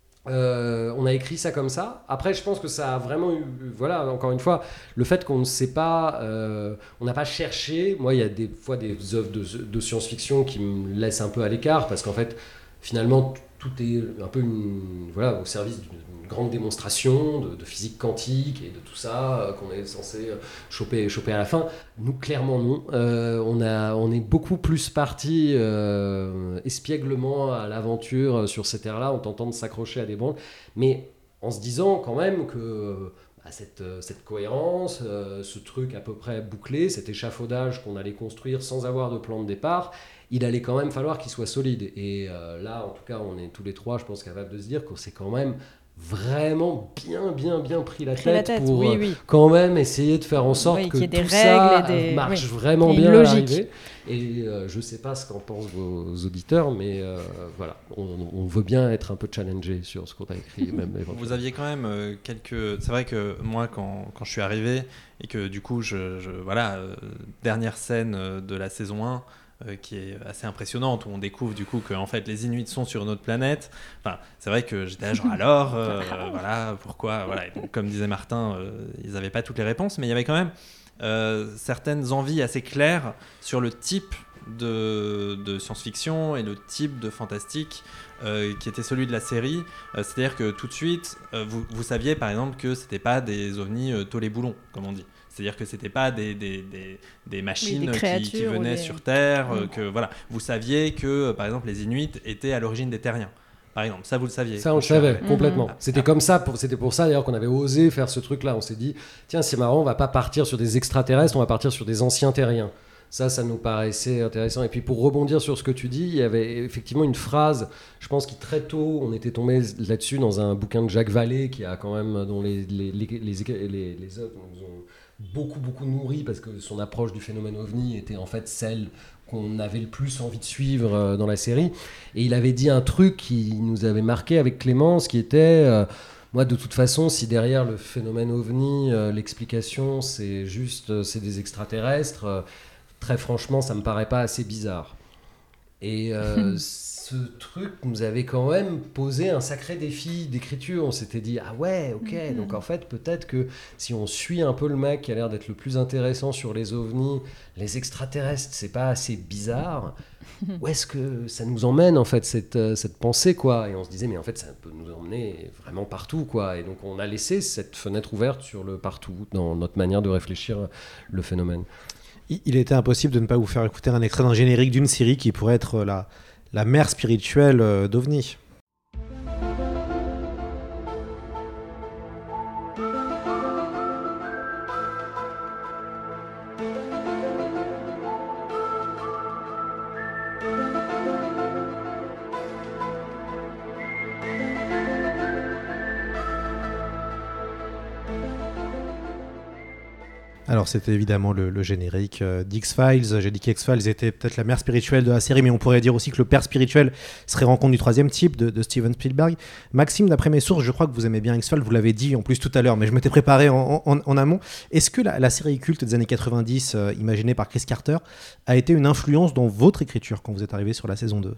ça comme ça. Après, je pense que ça a vraiment eu, voilà, encore une fois, le fait qu'on ne sait pas, on n'a pas cherché. Moi, il y a des fois des œuvres de science-fiction qui me laissent un peu à l'écart parce qu'en fait, finalement, tout est un peu au service d'une grande démonstration de physique quantique et de tout ça qu'on est censé choper à la fin. Nous, clairement, non. On est beaucoup plus parti espièglement à l'aventure sur cette ère-là, en tentant de s'accrocher à des branches, mais en se disant quand même que cette cohérence, ce truc à peu près bouclé, cet échafaudage qu'on allait construire sans avoir de plan de départ, il allait quand même falloir qu'il soit solide. Et là, en tout cas, on est tous les trois, je pense, capables de se dire qu'on s'est quand même vraiment bien pris la tête pour quand même essayer de faire en sorte que tout ça marche vraiment bien à l'arrivée. Et je sais pas ce qu'en pensent vos auditeurs, mais voilà, on veut bien être un peu challengé sur ce qu'on a écrit. Même vous aviez quand même quelques... C'est vrai que moi, quand je suis arrivé, et que du coup, dernière scène de la saison 1, qui est assez impressionnante, où on découvre du coup que en fait les Inuits sont sur une autre planète. Enfin, c'est vrai que j'étais là genre alors voilà, pourquoi, voilà. Et donc, comme disait Martin, ils n'avaient pas toutes les réponses, mais il y avait quand même certaines envies assez claires sur le type de science-fiction et le type de fantastique qui était celui de la série. C'est-à-dire que tout de suite, vous saviez par exemple que c'était pas des ovnis taux les boulons, comme on dit. C'est-à-dire que c'était pas des machines qui venaient sur Terre, que voilà. Vous saviez que, par exemple, les Inuits étaient à l'origine des Terriens. Par exemple, ça vous le saviez. Ça on le savait complètement. C'était comme ça, c'était pour ça d'ailleurs qu'on avait osé faire ce truc-là. On s'est dit, tiens, c'est marrant, on va pas partir sur des extraterrestres, on va partir sur des anciens terriens. Ça nous paraissait intéressant. Et puis pour rebondir sur ce que tu dis, il y avait effectivement une phrase, je pense qui très tôt, on était tombé là-dessus dans un bouquin de Jacques Vallée, qui a quand même, dont les œuvres nous ont beaucoup nourri, parce que son approche du phénomène OVNI était en fait celle qu'on avait le plus envie de suivre dans la série. Et il avait dit un truc qui nous avait marqué avec Clémence, qui était... moi, de toute façon, si derrière le phénomène OVNI, l'explication, c'est des extraterrestres... très franchement, ça me paraît pas assez bizarre. Et ce truc nous avait quand même posé un sacré défi d'écriture. On s'était dit, ah ouais, ok, donc en fait, peut-être que si on suit un peu le mec qui a l'air d'être le plus intéressant sur les ovnis, les extraterrestres, c'est pas assez bizarre. Où est-ce que ça nous emmène, en fait, cette pensée, quoi? Et on se disait, mais en fait, ça peut nous emmener vraiment partout, quoi. Et donc, on a laissé cette fenêtre ouverte sur le partout dans notre manière de réfléchir le phénomène. Il était impossible de ne pas vous faire écouter un extrait d'un générique d'une série qui pourrait être la mère spirituelle d'OVNI. Alors c'était évidemment le générique d'X-Files. J'ai dit qu'X-Files était peut-être la mère spirituelle de la série, mais on pourrait dire aussi que le père spirituel serait Rencontre du troisième type de Steven Spielberg. Maxime, d'après mes sources, je crois que vous aimez bien X-Files, vous l'avez dit en plus tout à l'heure, mais je m'étais préparé en amont. Est-ce que la série culte des années 90, imaginée par Chris Carter, a été une influence dans votre écriture quand vous êtes arrivé sur la saison 2 ?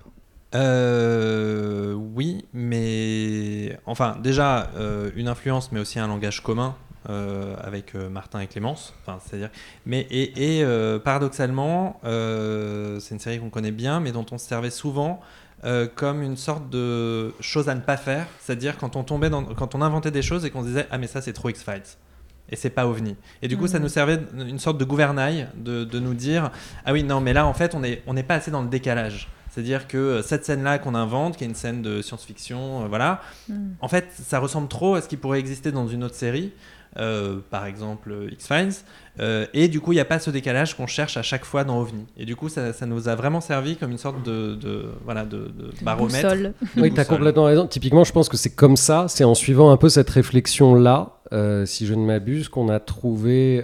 Oui, mais... Enfin, déjà, une influence, mais aussi un langage commun. Avec Martin et Clémence, c'est-à-dire, mais paradoxalement, c'est une série qu'on connaît bien, mais dont on se servait souvent comme une sorte de chose à ne pas faire, c'est-à-dire quand on inventait des choses et qu'on se disait ah mais ça c'est trop X-Files et c'est pas OVNI, et du coup ça nous servait une sorte de gouvernail de nous dire ah oui non mais là en fait on n'est pas assez dans le décalage. C'est-à-dire que cette scène-là qu'on invente, qui est une scène de science-fiction, voilà, en fait, ça ressemble trop à ce qui pourrait exister dans une autre série, par exemple X-Files, et du coup, il n'y a pas ce décalage qu'on cherche à chaque fois dans OVNI. Et du coup, ça nous a vraiment servi comme une sorte de baromètre. Boussole. Oui, tu as complètement raison. Typiquement, je pense que c'est comme ça, c'est en suivant un peu cette réflexion-là, si je ne m'abuse, qu'on a trouvé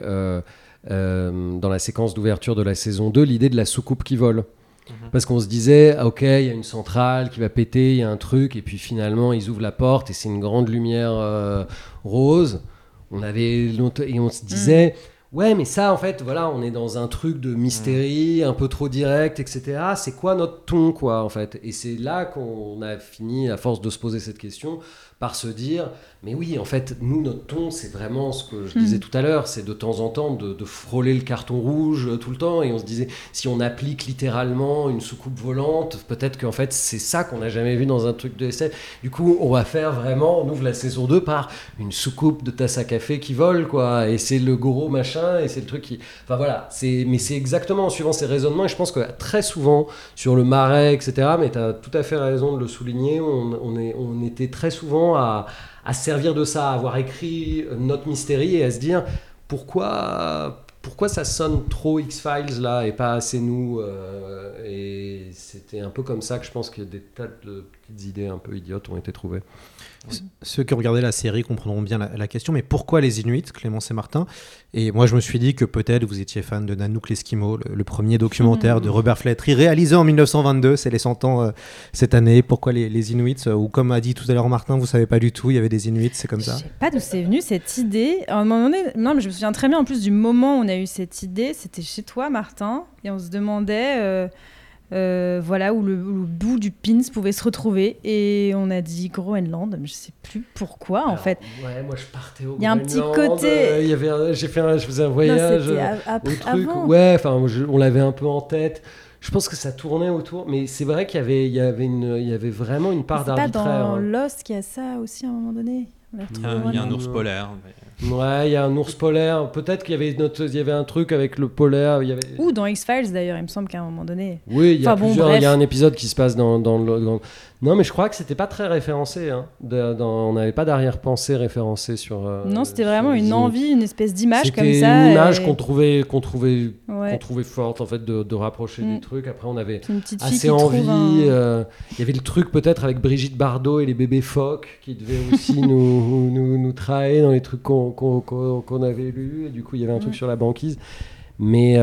dans la séquence d'ouverture de la saison 2 l'idée de la soucoupe qui vole. Parce qu'on se disait, ok, il y a une centrale qui va péter, il y a un truc, et puis finalement ils ouvrent la porte et c'est une grande lumière rose. On se disait, ouais, mais ça en fait, voilà, on est dans un truc de mystérie, un peu trop direct, etc. C'est quoi notre ton, quoi, en fait? Et c'est là qu'on a fini, à force de se poser cette question, par se dire, mais oui, en fait, nous, notre ton, c'est vraiment ce que je disais tout à l'heure, c'est de temps en temps de frôler le carton rouge tout le temps, et on se disait, si on applique littéralement une soucoupe volante, peut-être qu'en fait, c'est ça qu'on n'a jamais vu dans un truc de SF. Du coup, on va faire vraiment, on ouvre la saison 2 par une soucoupe de tasse à café qui vole, quoi, et c'est le gros machin, et c'est le truc qui... Enfin voilà, mais c'est exactement en suivant ces raisonnements, et je pense que très souvent, sur le Marais, etc., mais tu as tout à fait raison de le souligner, on était très souvent à servir de ça, à avoir écrit notre mystérie et à se dire pourquoi ça sonne trop X-Files là et pas assez nous, et c'était un peu comme ça que je pense que des tas de petites idées un peu idiotes ont été trouvées. Ceux qui ont regardé la série comprendront bien la question, mais pourquoi les Inuits, Clémence et Martin? Et moi je me suis dit que peut-être vous étiez fan de Nanook l'Esquimau, le premier documentaire de Robert Flaherty réalisé en 1922, c'est les 100 ans cette année. Pourquoi les Inuits? Ou comme a dit tout à l'heure Martin, vous savez pas du tout, il y avait des Inuits, c'est comme ça? Je sais pas d'où c'est venu cette idée. À un moment donné, non mais je me souviens très bien en plus du moment où on a eu cette idée, c'était chez toi Martin, et on se demandait... voilà où le bout du pins pouvait se retrouver, et on a dit Groenland, mais je sais plus pourquoi. En fait, ouais, moi je partais au Groenland, il y a un petit côté, je faisais un voyage au truc, avant. ouais, enfin on l'avait un peu en tête. Je pense que ça tournait autour, mais c'est vrai qu'il y avait vraiment une part d'arbitraire. C'est pas dans Lost qu'il y a ça aussi à un moment donné? Il y a un ours polaire. Mais... Ouais, il y a un ours polaire. Peut-être qu'il y avait un truc avec le polaire. Ou dans X-Files d'ailleurs, il me semble qu'à un moment donné. Oui, il y a bref. Il y a un épisode qui se passe dans le. Non, mais je crois que c'était pas très référencé. Hein. On n'avait pas d'arrière-pensée référencée sur. Non, c'était vraiment une envie, une espèce d'image comme ça. C'était une image qu'on trouvait Ouais. forte en fait de rapprocher du truc. Après, on avait une petite fille assez qui envie. trouve Il y avait le truc peut-être avec Brigitte Bardot et les bébés phoques qui devaient aussi nous trahir dans les trucs qu'on avait lus. Et du coup, il y avait un truc sur la banquise. Mais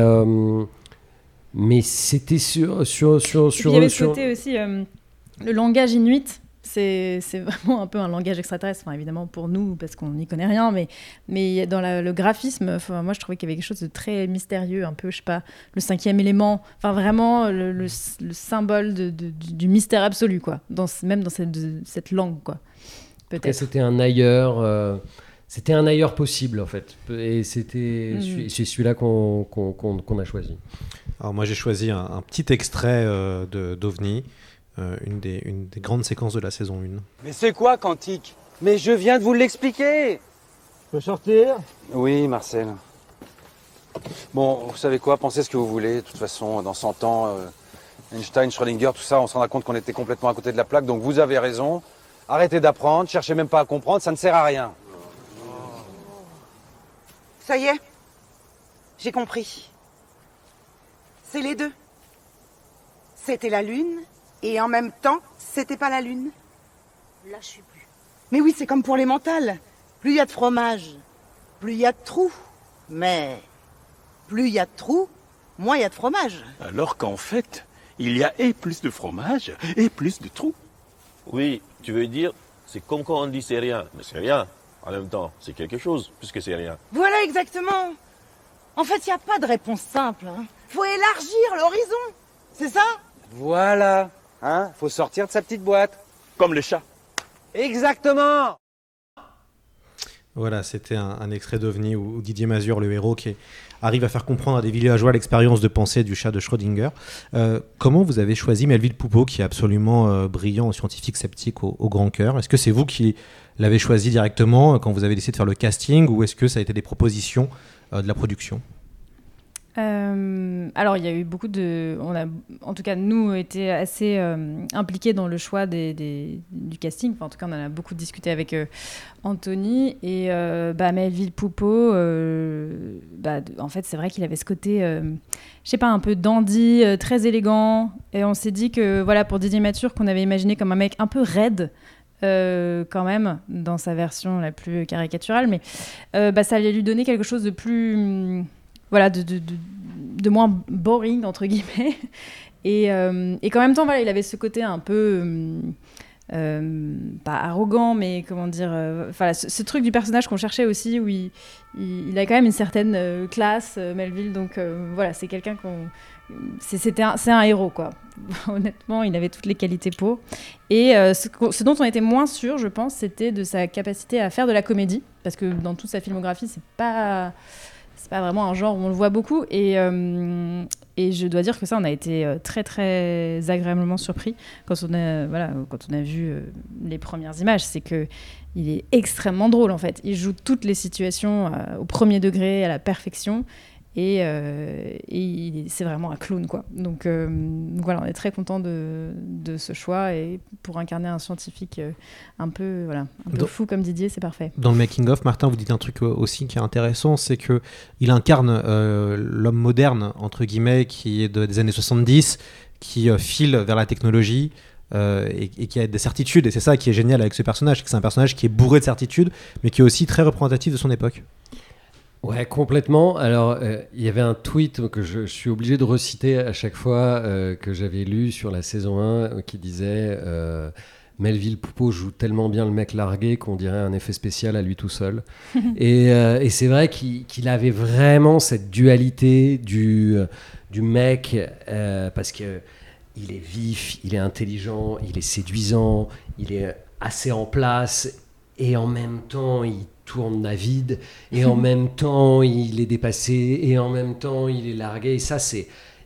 c'était sur. Et puis, il y avait ce côté aussi, le langage inuit. C'est vraiment un peu un langage extraterrestre, enfin, évidemment pour nous, parce qu'on n'y connaît rien, mais dans le graphisme, moi je trouvais qu'il y avait quelque chose de très mystérieux, un peu, je sais pas, le 5e élément, enfin vraiment le symbole du mystère absolu, quoi, même dans cette langue, quoi. Peut-être. Après, c'était un ailleurs possible, en fait, et c'est celui-là qu'on a choisi. Alors moi j'ai choisi un petit extrait d'OVNI. Une des grandes séquences de la saison 1. Mais c'est quoi Quantique? Mais je viens de vous l'expliquer. Je peux sortir? Oui, Marcel. Bon, vous savez quoi? Pensez ce que vous voulez. De toute façon, dans 100 ans, Einstein, Schrödinger, tout ça, on se rendra compte qu'on était complètement à côté de la plaque. Donc vous avez raison. Arrêtez d'apprendre, cherchez même pas à comprendre, ça ne sert à rien. Ça y est, j'ai compris. C'est les deux. C'était la Lune. Et en même temps, c'était pas la Lune. Là, je suis plus. Mais oui, c'est comme pour les mentales. Plus il y a de fromage, plus il y a de trous. Mais plus il y a de trous, moins il y a de fromage. Alors qu'en fait, il y a et plus de fromage et plus de trous. Oui, tu veux dire, c'est comme quand on dit c'est rien, mais c'est rien. En même temps, c'est quelque chose, puisque c'est rien. Voilà exactement. En fait, il n'y a pas de réponse simple. Faut élargir l'horizon. C'est ça? Voilà. Faut sortir de sa petite boîte. Comme les chats. Exactement. Voilà, c'était un extrait d'OVNI où Didier Mazur, le héros, qui arrive à faire comprendre à des villageois l'expérience de pensée du chat de Schrödinger. Comment vous avez choisi Melville Poupeau, qui est absolument brillant, scientifique sceptique au grand cœur? Est-ce que c'est vous qui l'avez choisi directement quand vous avez décidé de faire le casting, ou est-ce que ça a été des propositions de la production? Alors, il y a eu beaucoup on a, en tout cas, nous, été assez impliqués dans le choix du casting. Enfin, en tout cas, on en a beaucoup discuté avec Anthony. Et Melville Poupeau, en fait, c'est vrai qu'il avait ce côté, je sais pas, un peu dandy, très élégant. Et on s'est dit que, voilà, pour Didier Mazur, qu'on avait imaginé comme un mec un peu raide, quand même, dans sa version la plus caricaturale. Mais ça allait lui donner quelque chose de plus... voilà, de moins boring, entre guillemets. Et qu'en même temps, voilà, il avait ce côté un peu... pas arrogant, mais comment dire... ce truc du personnage qu'on cherchait aussi, où il a quand même une certaine classe, Melville. Donc voilà, c'est quelqu'un c'est un héros, quoi. Honnêtement, il avait toutes les qualités pour. Et ce dont on était moins sûr, je pense, c'était de sa capacité à faire de la comédie. Parce que dans toute sa filmographie, c'est pas vraiment un genre où on le voit beaucoup, et je dois dire que ça, on a été très très agréablement surpris quand on a vu les premières images. C'est que il est extrêmement drôle, en fait. Il joue toutes les situations au premier degré, à la perfection, et c'est vraiment un clown, quoi. Donc voilà, on est très content de ce choix, et pour incarner un scientifique un peu fou comme Didier, c'est parfait. Dans le making of, Martin, vous dites un truc aussi qui est intéressant, c'est que il incarne l'homme moderne, entre guillemets, qui est des années 70, qui file vers la technologie, et qui a des certitudes, et c'est ça qui est génial avec ce personnage, c'est un personnage qui est bourré de certitudes, mais qui est aussi très représentatif de son époque. Ouais, complètement. Alors, il y avait un tweet que je suis obligé de reciter à chaque fois, que j'avais lu sur la saison 1, qui disait Melville Poupeau joue tellement bien le mec largué qu'on dirait un effet spécial à lui tout seul. Et c'est vrai qu'il avait vraiment cette dualité du mec, parce que il est vif, il est intelligent, il est séduisant, il est assez en place, et en même temps, il tourne à vide, et en même temps il est dépassé, et en même temps il est largué, et ça c'est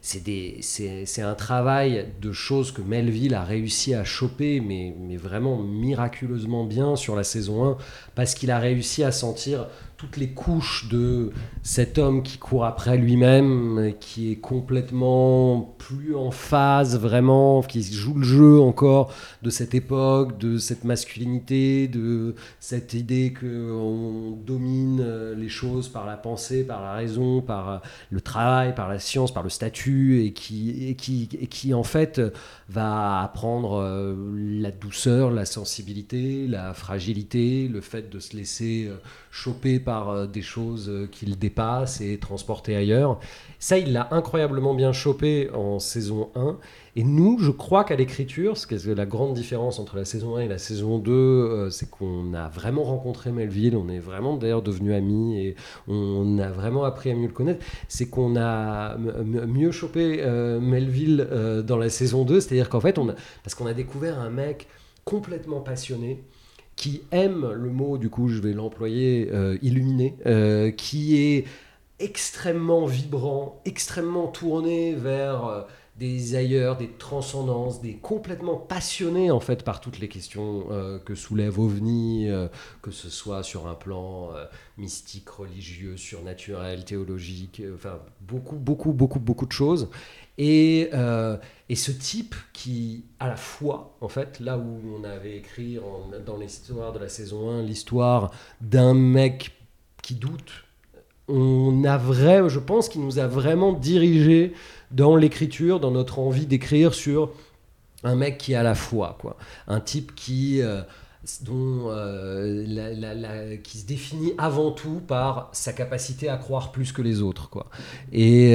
c'est un travail de choses que Melville a réussi à choper, mais vraiment miraculeusement bien sur la saison 1, parce qu'il a réussi à sentir toutes les couches de cet homme qui court après lui-même, qui est complètement plus en phase vraiment, qui joue le jeu encore de cette époque, de cette masculinité, de cette idée qu'on domine les choses par la pensée, par la raison, par le travail, par la science, par le statut, et qui en fait va apprendre la douceur, la sensibilité, la fragilité, le fait de se laisser choper par des choses qu'il dépasse et transporter ailleurs. Ça, il l'a incroyablement bien chopé en saison 1. Et nous, je crois qu'à l'écriture, ce qui est la grande différence entre la saison 1 et la saison 2, c'est qu'on a vraiment rencontré Melville, on est vraiment d'ailleurs devenus amis et on a vraiment appris à mieux le connaître. C'est qu'on a mieux chopé Melville dans la saison 2, c'est-à-dire qu'en fait, parce qu'on a découvert un mec complètement passionné, qui aime le mot, du coup je vais l'employer, illuminé, qui est extrêmement vibrant, extrêmement tourné vers des ailleurs, des transcendances, des complètement passionnés en fait par toutes les questions que soulève OVNI, que ce soit sur un plan mystique, religieux, surnaturel, théologique, enfin beaucoup de choses. Et ce type qui, à la fois, en fait, là où on avait écrit dans l'histoire de la saison 1, l'histoire d'un mec qui doute, je pense qu'il nous a vraiment dirigé dans l'écriture, dans notre envie d'écrire sur un mec qui est à la fois, quoi. Un type qui se définit avant tout par sa capacité à croire plus que les autres, quoi. Et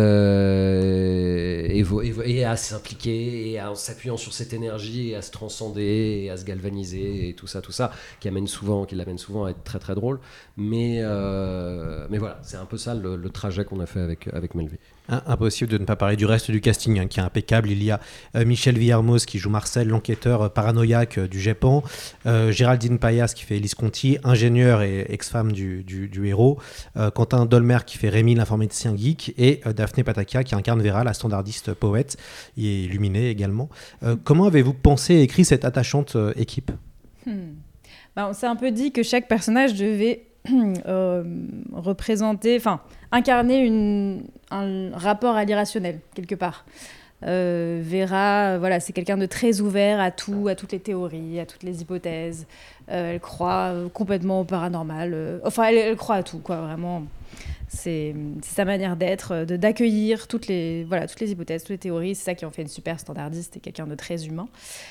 à s'impliquer, et en s'appuyant sur cette énergie, et à se transcender, et à se galvaniser, et tout ça, qui l'amène souvent à être très très drôle. Mais voilà, c'est un peu ça le trajet qu'on a fait avec Melville. Impossible de ne pas parler du reste du casting, qui est impeccable. Il y a Michel Villermoz qui joue Marcel, l'enquêteur paranoïaque du GEPAN, Géraldine Payas qui fait Elise Conti, ingénieure et ex-femme du héros, Quentin Dolmer qui fait Rémi, l'informaticien geek, et Daphné Patakia qui incarne Vera, la standardiste poète, et illuminée également. Comment avez-vous pensé et écrit cette attachante équipe ? On s'est un peu dit que chaque personnage devait représenter, incarner un rapport à l'irrationnel, quelque part. Vera, voilà, c'est quelqu'un de très ouvert à tout, à toutes les théories, à toutes les hypothèses. Elle croit complètement au paranormal. Elle croit à tout, quoi, vraiment. C'est sa manière d'être, d'accueillir toutes les hypothèses, toutes les théories. C'est ça qui en fait une super standardiste et quelqu'un de très humain.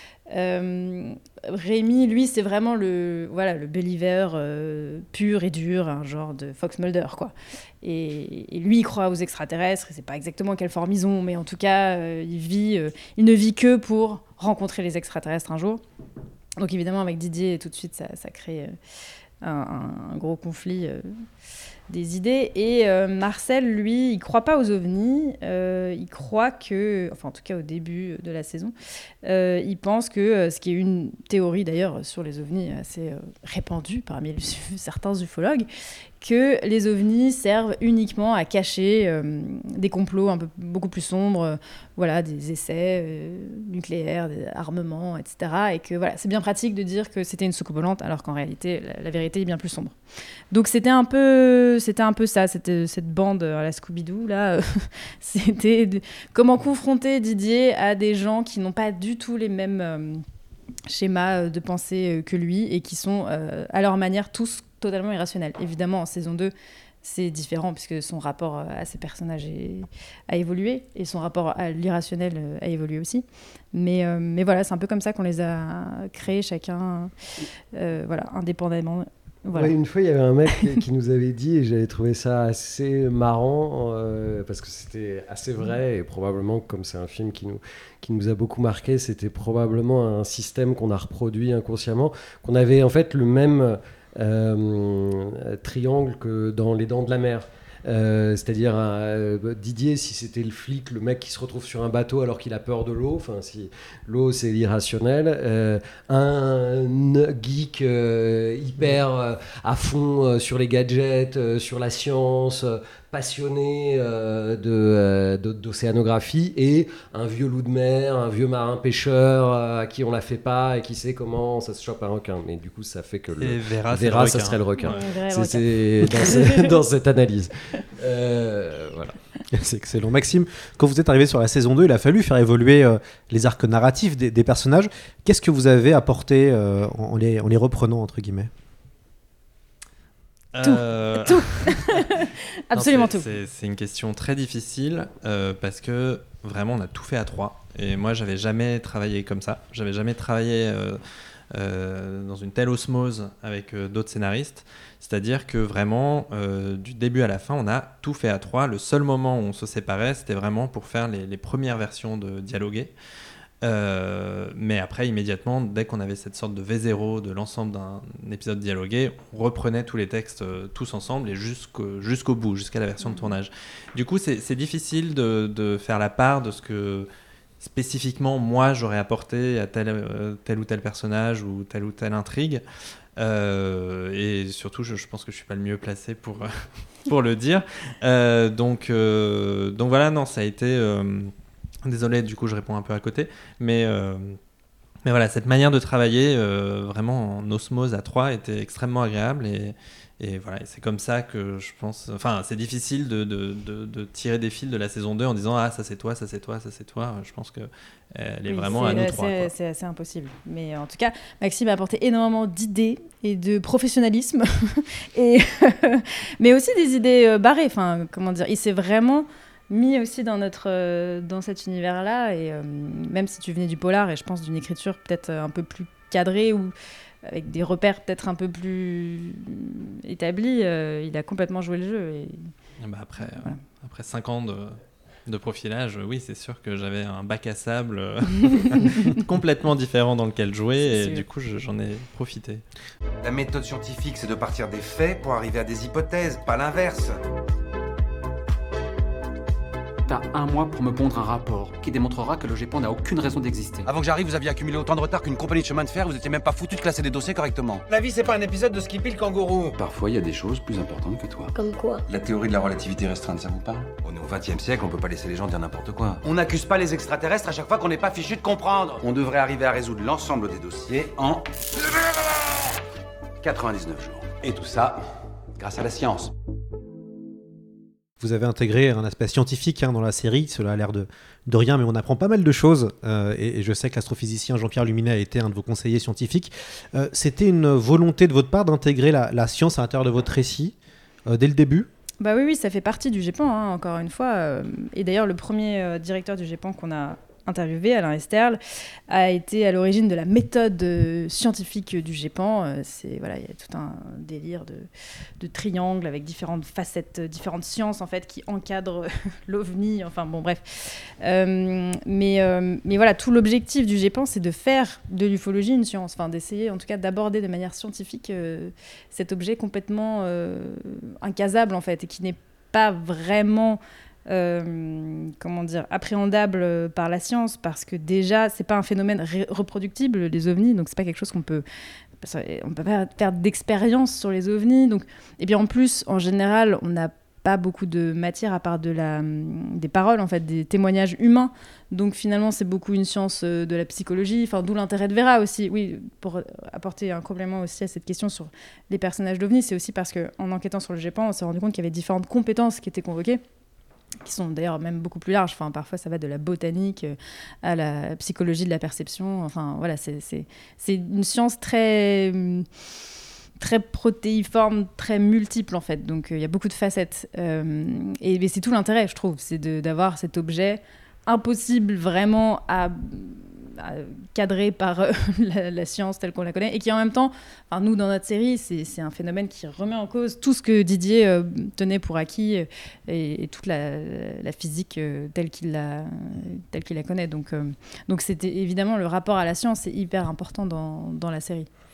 Rémi, lui, c'est vraiment le believer pur et dur, un genre de Fox Mulder, quoi. Et lui, il croit aux extraterrestres, et c'est pas exactement quelle forme ils ont, mais en tout cas, il ne vit que pour rencontrer les extraterrestres un jour. Donc évidemment, avec Didier, tout de suite, ça crée un gros conflit des idées. Et Marcel, lui, il croit pas aux ovnis. Il croit que, en tout cas au début de la saison, il pense que, ce qui est une théorie d'ailleurs sur les ovnis assez répandue parmi certains ufologues, que les ovnis servent uniquement à cacher des complots beaucoup plus sombres, des essais nucléaires, des armements, etc. Et que c'est bien pratique de dire que c'était une soucoupe volante, alors qu'en réalité, la vérité est bien plus sombre. Donc c'était un peu ça, cette bande à la Scooby-Doo, là, c'était comment confronter Didier à des gens qui n'ont pas du tout les mêmes schémas de pensée que lui, et qui sont, à leur manière, tous totalement irrationnel. Évidemment, en saison 2, c'est différent, puisque son rapport à ces personnages a évolué, et son rapport à l'irrationnel a évolué aussi. Mais voilà, c'est un peu comme ça qu'on les a créés, chacun, indépendamment. Voilà. Ouais, une fois, il y avait un mec qui nous avait dit, et j'avais trouvé ça assez marrant, parce que c'était assez vrai, et probablement, comme c'est un film qui nous a beaucoup marqué, c'était probablement un système qu'on a reproduit inconsciemment, qu'on avait en fait le même triangle que dans Les Dents de la Mer. C'est-à-dire Didier, si c'était le flic, le mec qui se retrouve sur un bateau alors qu'il a peur de l'eau, si l'eau c'est l'irrationnel, un geek hyper à fond sur les gadgets, sur la science, passionné d'océanographie et un vieux loup de mer, un vieux marin pêcheur à qui on la fait pas et qui sait comment ça se chope un requin. Mais du coup, ça fait que Vera, ça serait le requin. Ouais, c'est dans cette analyse. Voilà. C'est excellent. Maxime, quand vous êtes arrivé sur la saison 2, il a fallu faire évoluer les arcs narratifs des personnages. Qu'est-ce que vous avez apporté en les reprenant, entre guillemets ? Tout. Absolument tout. C'est une question très difficile parce que vraiment on a tout fait à 3 et moi j'avais jamais travaillé comme ça, j'avais jamais travaillé dans une telle osmose avec d'autres scénaristes, c'est-à-dire que vraiment du début à la fin on a tout fait à 3. Le seul moment où on se séparait c'était vraiment pour faire les premières versions de dialoguer. Mais après, immédiatement, dès qu'on avait cette sorte de V0 de l'ensemble d'un épisode dialogué, on reprenait tous les textes tous ensemble et jusqu'au bout, jusqu'à la version de tournage. Du coup, c'est difficile de faire la part de ce que spécifiquement moi j'aurais apporté à tel ou tel personnage ou telle intrigue. Et surtout, je pense que je suis pas le mieux placé pour le dire. Donc voilà, non, ça a été. Désolé, du coup, je réponds un peu à côté, mais voilà, cette manière de travailler vraiment en osmose à 3 était extrêmement agréable et voilà, et c'est comme ça que je pense. Enfin, c'est difficile de tirer des fils de la saison 2 en disant ah ça c'est toi, ça c'est toi, ça c'est toi. Je pense que elle est vraiment à nous 3. C'est assez impossible. Mais en tout cas, Maxime a apporté énormément d'idées et de professionnalisme, mais aussi des idées barrées. Enfin, comment dire, il s'est vraiment mis aussi dans cet univers-là, et même si tu venais du polar et je pense d'une écriture peut-être un peu plus cadrée ou avec des repères peut-être un peu plus établis, il a complètement joué le jeu. Et après 5 ans de profilage, oui, c'est sûr que j'avais un bac à sable complètement différent dans lequel jouer, et du coup j'en ai profité. La méthode scientifique, c'est de partir des faits pour arriver à des hypothèses, pas l'inverse. T'as 1 mois pour me pondre un rapport qui démontrera que le GEPAN n'a aucune raison d'exister. Avant que j'arrive, vous aviez accumulé autant de retard qu'une compagnie de chemin de fer, vous étiez même pas foutu de classer des dossiers correctement. La vie, c'est pas un épisode de Skippy le kangourou. Parfois, il y a des choses plus importantes que toi. Comme quoi? La théorie de la relativité restreinte, ça vous parle? On est au XXe siècle, on peut pas laisser les gens dire n'importe quoi. On n'accuse pas les extraterrestres à chaque fois qu'on n'est pas fichu de comprendre. On devrait arriver à résoudre l'ensemble des dossiers en 99 jours. Et tout ça, grâce à la science. Vous avez intégré un aspect scientifique dans la série, cela a l'air de rien, mais on apprend pas mal de choses, et je sais que l'astrophysicien Jean-Pierre Luminet a été un de vos conseillers scientifiques. C'était une volonté de votre part d'intégrer la science à l'intérieur de votre récit, dès le début ? Bah oui, ça fait partie du GEPAN, encore une fois. Et d'ailleurs, le premier directeur du GEPAN qu'on a interviewé, Alain Esterle, a été à l'origine de la méthode scientifique du GEPAN. Il y a tout un délire de triangle avec différentes facettes, différentes sciences en fait qui encadrent l'OVNI. Enfin bon, bref. Mais voilà, tout l'objectif du GEPAN, c'est de faire de l'ufologie une science, enfin d'essayer en tout cas d'aborder de manière scientifique cet objet complètement incasable en fait, et qui n'est pas vraiment appréhendable par la science, parce que déjà c'est pas un phénomène reproductible, les ovnis, donc c'est pas quelque chose on peut pas faire d'expérience sur les ovnis, donc, et bien en plus en général on n'a pas beaucoup de matière à part des paroles en fait, des témoignages humains, donc finalement c'est beaucoup une science de la psychologie, enfin d'où l'intérêt de Vera aussi, oui, pour apporter un complément aussi à cette question sur les personnages d'ovnis, c'est aussi parce que en enquêtant sur le GEPAN on s'est rendu compte qu'il y avait différentes compétences qui étaient convoquées, qui sont d'ailleurs même beaucoup plus larges. Enfin, parfois, ça va de la botanique à la psychologie de la perception. Enfin, voilà, c'est une science très protéiforme, très multiple, en fait. Donc, il y a beaucoup de facettes. Et c'est tout l'intérêt, je trouve, c'est d'avoir cet objet impossible vraiment à cadré par la science telle qu'on la connaît, et qui en même temps, nous dans notre série, c'est un phénomène qui remet en cause tout ce que Didier tenait pour acquis, et toute la physique telle qu'il la connaît. Donc c'était évidemment le rapport à la science est hyper important dans la série.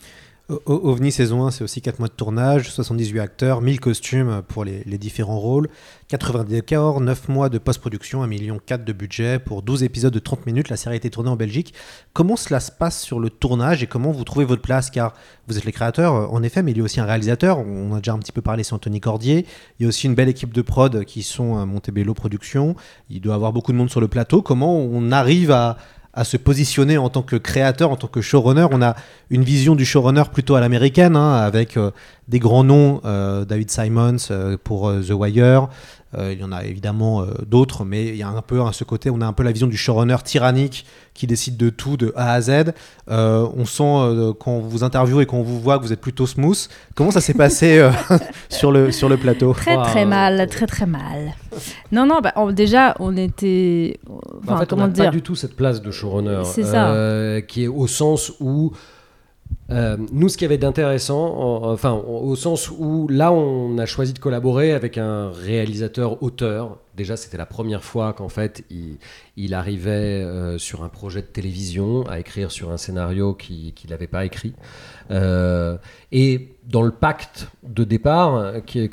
OVNI saison 1, c'est aussi 4 mois de tournage, 78 acteurs, 1000 costumes pour les différents rôles, 80 décors, 9 mois de post-production, 1,4 million de budget pour 12 épisodes de 30 minutes. La série a été tournée en Belgique. Comment cela se passe sur le tournage et comment vous trouvez votre place? Car vous êtes les créateurs, en effet, mais il y a aussi un réalisateur. On a déjà un petit peu parlé, c'est Anthony Cordier. Il y a aussi une belle équipe de prod qui sont Montebello Productions. Il doit y avoir beaucoup de monde sur le plateau. Comment on arrive à se positionner en tant que créateur, en tant que showrunner? On a une vision du showrunner plutôt à l'américaine, avec des grands noms, David Simons pour The Wire. Il y en a évidemment d'autres, mais il y a un peu ce côté, on a un peu la vision du showrunner tyrannique qui décide de tout, de A à Z. On sent quand on vous interviewe et quand on vous voit que vous êtes plutôt smooth. Comment ça s'est passé sur le plateau? Très mal. Non, déjà, on était... en fait, on n'a pas du tout cette place de showrunner. C'est ça. Qui est au sens où... nous, ce qui avait d'intéressant, au sens où là, on a choisi de collaborer avec un réalisateur-auteur. Déjà, c'était la première fois qu'en fait, il arrivait sur un projet de télévision à écrire sur un scénario qu'il n'avait pas écrit. Et dans le pacte de départ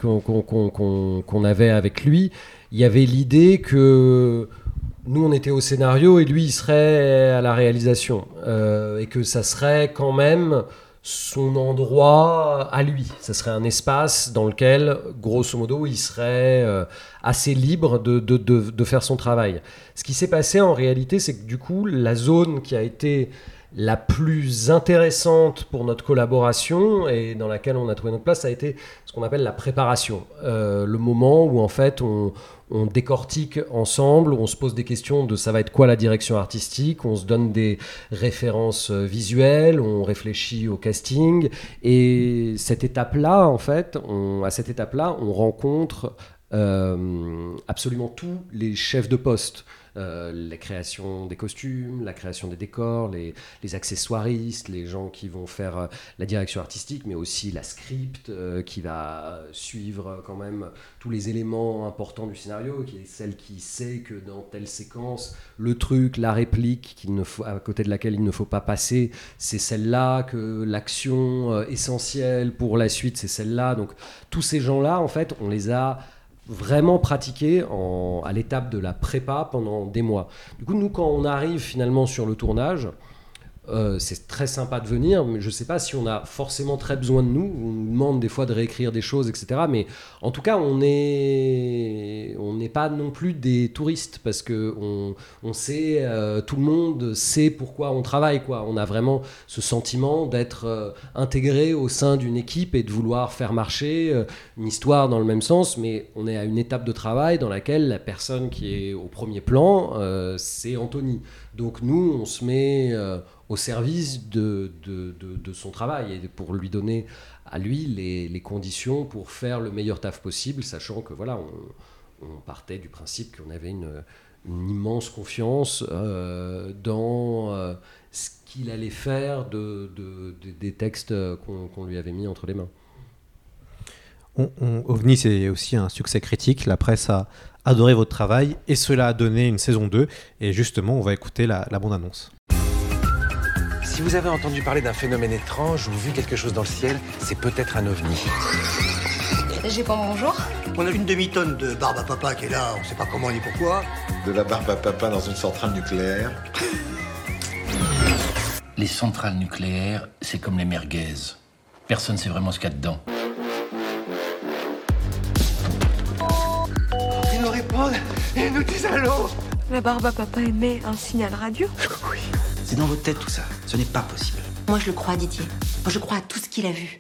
qu'on avait avec lui, il y avait l'idée que nous, on était au scénario et lui, il serait à la réalisation. Et que ça serait quand même son endroit à lui. Ça serait un espace dans lequel, grosso modo, il serait assez libre de faire son travail. Ce qui s'est passé en réalité, c'est que du coup, la zone qui a été la plus intéressante pour notre collaboration et dans laquelle on a trouvé notre place, ça a été ce qu'on appelle la préparation. Le moment où en fait on décortique ensemble, on se pose des questions de ça va être quoi la direction artistique, on se donne des références visuelles, on réfléchit au casting et cette étape-là, en fait, à cette étape-là, on rencontre absolument tous les chefs de poste. La création des costumes, la création des décors, les accessoiristes, les gens qui vont faire la direction artistique, mais aussi la script qui va suivre quand même tous les éléments importants du scénario, qui est celle qui sait que dans telle séquence, le truc, la réplique à côté de laquelle il ne faut pas passer, c'est celle-là, que l'action essentielle pour la suite, c'est celle-là. Donc tous ces gens-là, en fait, on les a vraiment pratiqué à l'étape de la prépa pendant des mois. Du coup, nous, quand on arrive finalement sur le tournage, c'est très sympa de venir, mais je ne sais pas si on a forcément très besoin de nous. On nous demande des fois de réécrire des choses, etc. Mais en tout cas, on n'est pas non plus des touristes parce qu'on sait, tout le monde sait pourquoi on travaille, quoi. On a vraiment ce sentiment d'être intégré au sein d'une équipe et de vouloir faire marcher une histoire dans le même sens, mais on est à une étape de travail dans laquelle la personne qui est au premier plan, c'est Anthony. Donc nous, on se met au service de son travail et pour lui donner à lui les conditions pour faire le meilleur taf possible, sachant que voilà, on partait du principe qu'on avait une immense confiance dans ce qu'il allait faire des textes qu'on lui avait mis entre les mains. OVNI, c'est aussi un succès critique. La presse a adoré votre travail et cela a donné une saison 2. Et justement, on va écouter la bande-annonce. Si vous avez entendu parler d'un phénomène étrange ou vu quelque chose dans le ciel, c'est peut-être un ovni. J'ai pas bonjour. On a une demi-tonne de barbe à papa qui est là, on sait pas comment ni pourquoi. De la barbe à papa dans une centrale nucléaire. Les centrales nucléaires, c'est comme les merguez. Personne sait vraiment ce qu'il y a dedans. Ils nous répondent et ils nous disent allô. La barbe à papa émet un signal radio. Oui. C'est dans votre tête tout ça. Ce n'est pas possible. Moi je le crois, Didier. Moi je crois à tout ce qu'il a vu.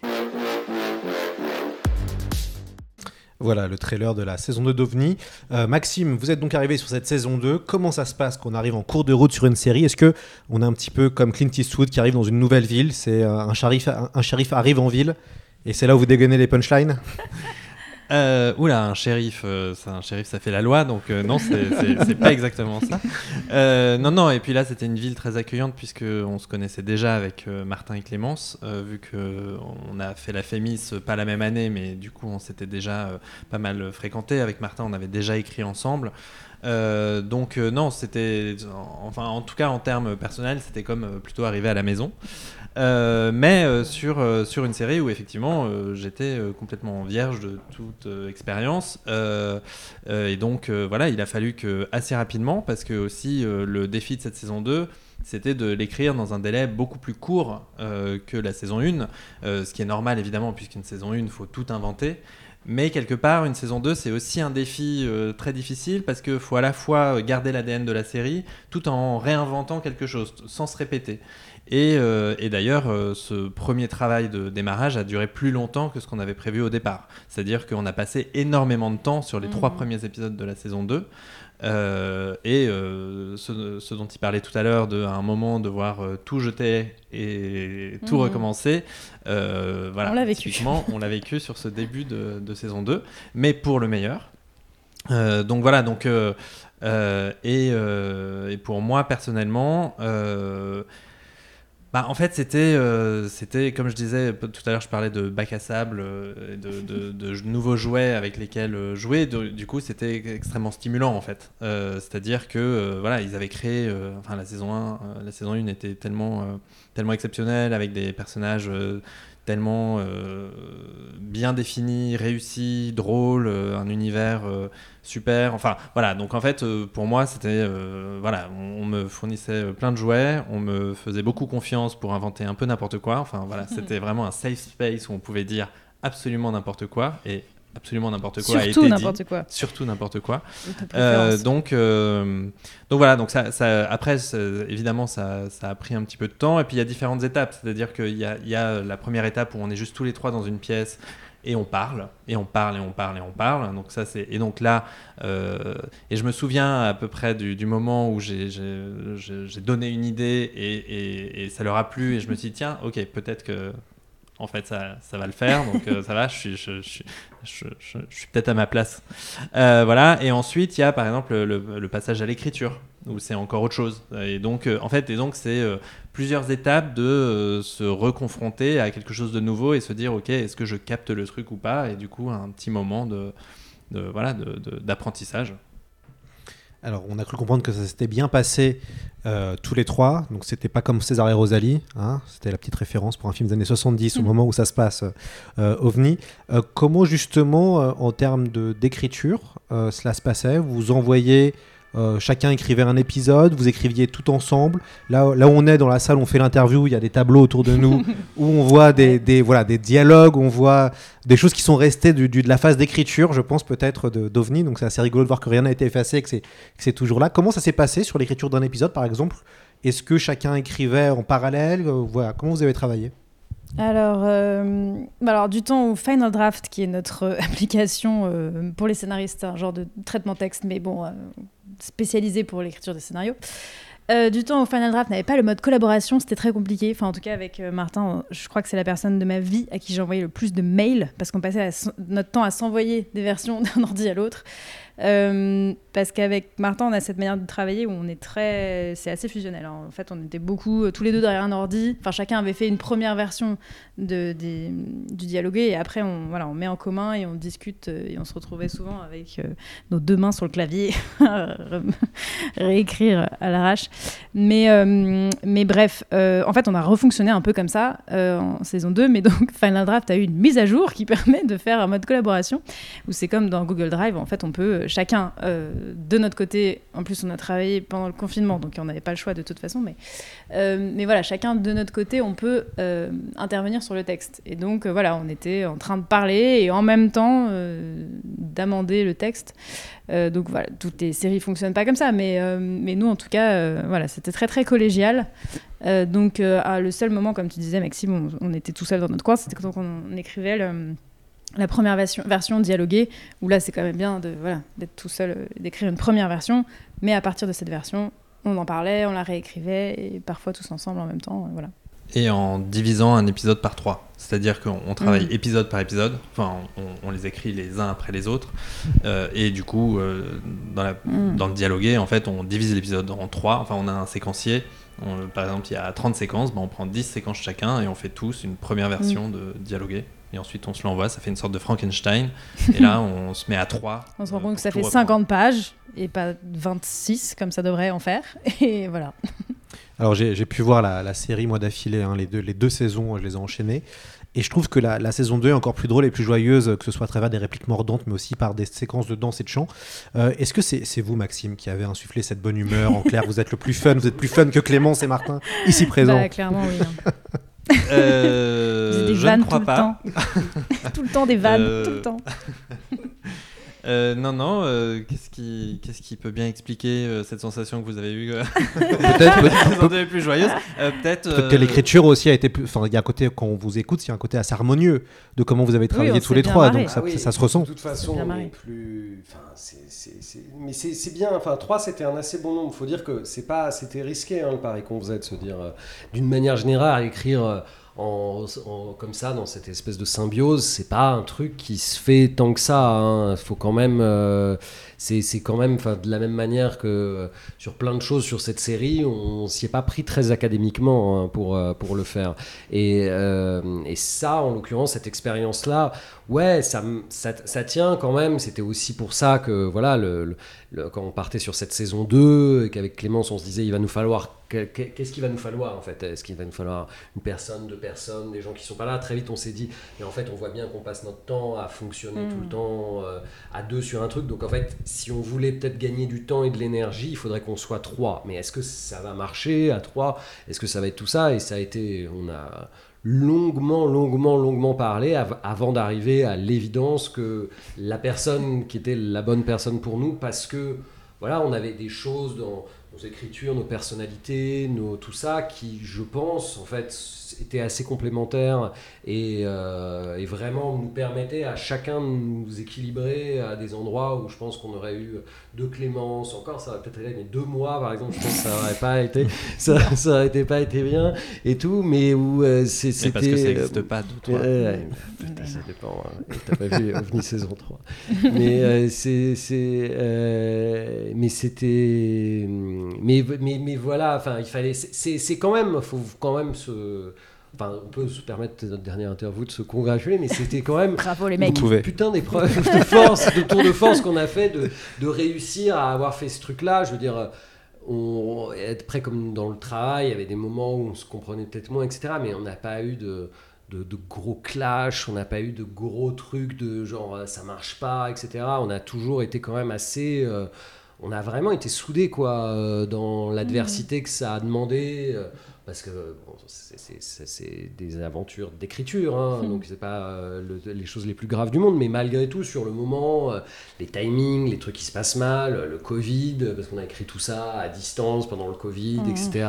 Voilà le trailer de la saison 2 d'OVNI. Maxime, vous êtes donc arrivé sur cette saison 2. Comment ça se passe qu'on arrive en cours de route sur une série? Est-ce qu'on est un petit peu comme Clint Eastwood qui arrive dans une nouvelle ville? C'est un shérif arrive en ville et c'est là où vous dégainez les punchlines? Un shérif, ça fait la loi, donc non, c'est pas exactement ça. Non, et puis là, c'était une ville très accueillante puisqu'on se connaissait déjà avec Martin et Clémence, vu qu'on a fait la Fémis pas la même année, mais du coup, on s'était déjà pas mal fréquenté. Avec Martin, on avait déjà écrit ensemble. Donc non, c'était, enfin en tout cas en termes personnels, c'était comme plutôt arrivé à la maison. Mais sur une série où effectivement j'étais complètement vierge de toute expérience, et donc voilà, il a fallu que assez rapidement, parce que aussi le défi de cette saison 2, c'était de l'écrire dans un délai beaucoup plus court que la saison 1, ce qui est normal évidemment, puisqu'une saison 1, il faut tout inventer. Mais quelque part, une saison 2, c'est aussi un défi très difficile, parce qu'il faut à la fois garder l'ADN de la série, tout en réinventant quelque chose, sans se répéter. Et d'ailleurs, ce premier travail de démarrage a duré plus longtemps que ce qu'on avait prévu au départ. C'est-à-dire qu'on a passé énormément de temps sur les 3 premiers épisodes de la saison 2. Ce dont il parlait tout à l'heure, à un moment devoir tout jeter et tout recommencer, voilà, on l'a vécu. On l'a vécu sur ce début de saison 2, mais pour le meilleur. Donc voilà, et pour moi personnellement, en fait, c'était comme je disais tout à l'heure, je parlais de bac à sable, de nouveaux jouets avec lesquels jouer. Du coup, c'était extrêmement stimulant en fait. C'est-à-dire que voilà, ils avaient créé, la saison 1 était tellement exceptionnelle, avec des personnages tellement bien définis, réussis, drôles, un univers super. Enfin voilà, donc en fait pour moi c'était voilà, on me fournissait plein de jouets, on me faisait beaucoup confiance pour inventer un peu n'importe quoi. Enfin voilà, c'était vraiment un safe space où on pouvait dire absolument n'importe quoi, et absolument n'importe quoi surtout a été n'importe dit. Quoi. Surtout n'importe quoi. Donc voilà, donc ça après évidemment ça a pris un petit peu de temps, et puis il y a différentes étapes, c'est-à-dire qu'il y a la première étape où on est juste tous les 3 dans une pièce et on parle. Donc ça c'est, et donc là et je me souviens à peu près du moment où j'ai donné une idée et ça leur a plu, et je me suis dit tiens, ok, peut-être que en fait ça va le faire, donc ça va, je suis peut-être à ma place, voilà. Et ensuite il y a par exemple le passage à l'écriture, où c'est encore autre chose, et donc c'est plusieurs étapes de se reconfronter à quelque chose de nouveau et se dire ok, est-ce que je capte le truc ou pas, et du coup un petit moment d'apprentissage. Alors, on a cru comprendre que ça s'était bien passé tous les 3. Donc, c'était pas comme César et Rosalie. Hein, c'était la petite référence pour un film des années 70 au moment où ça se passe, OVNI. Comment, justement, en termes d'écriture, cela se passait? Vous envoyez... chacun écrivait un épisode, vous écriviez tout ensemble. Là où on est dans la salle, on fait l'interview, il y a des tableaux autour de nous où on voit des dialogues, on voit des choses qui sont restées de la phase d'écriture, je pense peut-être d'OVNI. Donc c'est assez rigolo de voir que rien n'a été effacé, que c'est toujours là. Comment ça s'est passé sur l'écriture d'un épisode, par exemple? Est-ce que chacun écrivait en parallèle? Voilà, comment vous avez travaillé? Alors du temps où Final Draft, qui est notre application pour les scénaristes, un genre de traitement texte, mais bon, spécialisé pour l'écriture des scénarios, du temps où Final Draft n'avait pas le mode collaboration, c'était très compliqué. Enfin, en tout cas, avec Martin, je crois que c'est la personne de ma vie à qui j'ai envoyé le plus de mails, parce qu'on passait notre temps à s'envoyer des versions d'un ordi à l'autre. Parce qu'avec Martin, on a cette manière de travailler où c'est assez fusionnel. En fait, on était beaucoup tous les deux derrière un ordi. Enfin, chacun avait fait une première version du dialogué, et après on met en commun et on discute, et on se retrouvait souvent avec nos 2 mains sur le clavier réécrire à l'arrache. Mais bref, en fait, on a refonctionné un peu comme ça en saison 2, mais donc Final Draft a eu une mise à jour qui permet de faire un mode collaboration où c'est comme dans Google Drive. En fait, on peut chacun de notre côté, en plus on a travaillé pendant le confinement, donc on n'avait pas le choix de toute façon, mais voilà, chacun de notre côté on peut intervenir sur le texte, et donc voilà, on était en train de parler et en même temps d'amender le texte, donc voilà, toutes les séries fonctionnent pas comme ça, mais nous en tout cas voilà, c'était très très collégial, donc le seul moment, comme tu disais Maxime, on était tout seul dans notre coin, c'était quand on écrivait la première version dialoguée, où là c'est quand même bien d'être tout seul, d'écrire une première version, mais à partir de cette version, on en parlait, on la réécrivait, et parfois tous ensemble en même temps, voilà. Et en divisant un épisode par 3, c'est-à-dire qu'on travaille épisode par épisode, enfin on les écrit les uns après les autres, et du coup dans le dialogué, en fait on divise l'épisode en 3, enfin on a un séquencier, par exemple il y a 30 séquences, on prend 10 séquences chacun et on fait tous une première version de dialogué. et ensuite on se l'envoie, ça fait une sorte de Frankenstein, et là on se met à 3. On se rend compte que ça fait 50 pages et pas 26 comme ça devrait en faire, et voilà. Alors j'ai pu voir la série moi d'affilée, hein, les deux saisons, je les ai enchaînées. Et je trouve que la saison 2 est encore plus drôle et plus joyeuse, que ce soit à travers des répliques mordantes, mais aussi par des séquences de danse et de chant. Est-ce que c'est vous, Maxime, qui avez insufflé cette bonne humeur? En clair, vous êtes le plus fun, vous êtes plus fun que Clémence et Martin, ici présents. Bah, clairement, oui. Je ne crois pas. Tout le temps des vannes, tout le temps. Non, qu'est-ce qui peut bien expliquer cette sensation que vous avez eue peut-être plus joyeuse. Peut-être que l'écriture aussi a été plus... Enfin, il y a un côté, quand on vous écoute, il y a un côté assez harmonieux de comment vous avez travaillé tous les trois, donc ça se ressent. De toute façon, on est plus... Mais c'est bien, enfin 3 c'était un assez bon nombre, il faut dire que c'était risqué le pari qu'on faisait de se dire, d'une manière générale, écrire... comme ça, dans cette espèce de symbiose, c'est pas un truc qui se fait tant que ça, hein. Faut quand même, c'est quand même, de la même manière que sur plein de choses sur cette série, on s'y est pas pris très académiquement, hein, pour le faire. Et ça, en l'occurrence, cette expérience-là, ouais, ça tient quand même. C'était aussi pour ça que voilà, quand on partait sur cette saison 2, et qu'avec Clémence, on se disait, il va nous falloir qu'est-ce qu'il va nous falloir en fait? Est-ce qu'il va nous falloir une personne, 2 personnes, des gens qui sont pas là? Très vite on s'est dit, et en fait on voit bien qu'on passe notre temps à fonctionner tout le temps à 2 sur un truc, donc en fait si on voulait peut-être gagner du temps et de l'énergie, il faudrait qu'on soit 3, mais est-ce que ça va marcher à 3? Est-ce que ça va être tout ça? Et ça a été, on a longuement parlé avant d'arriver à l'évidence que la personne qui était la bonne personne pour nous, parce que voilà, on avait des choses dans nos écritures, nos personnalités, tout ça qui, je pense, en fait, étaient assez complémentaires et vraiment nous permettaient à chacun de nous équilibrer à des endroits où je pense qu'on aurait eu 2 Clémence, encore ça aurait peut-être été, mais 2 mois par exemple, je pense que ça aurait pas été, ça aurait pas été bien et tout, mais où c'était... parce que ça n'existe pas, toi. Ça dépend, hein. T'as pas vu OVNI saison 3. Mais mais c'était... Mais voilà, enfin, il fallait... C'est quand même... Faut quand même se... Enfin, on peut se permettre notre dernière interview de se congratuler, mais c'était quand même bravo les mecs. Une putain d'épreuve de force, de tour de force qu'on a fait, de réussir à avoir fait ce truc-là. Je veux dire, être près comme dans le travail, il y avait des moments où on se comprenait peut-être moins, etc. Mais on n'a pas eu de gros clash, on n'a pas eu de gros trucs de genre ça marche pas, etc. On a toujours été quand même assez... on a vraiment été soudés, quoi, dans l'adversité que ça a demandé... parce que bon, c'est des aventures d'écriture, hein, donc c'est pas les choses les plus graves du monde, mais malgré tout, sur le moment, les timings, les trucs qui se passent mal, le Covid, parce qu'on a écrit tout ça à distance pendant le Covid, etc.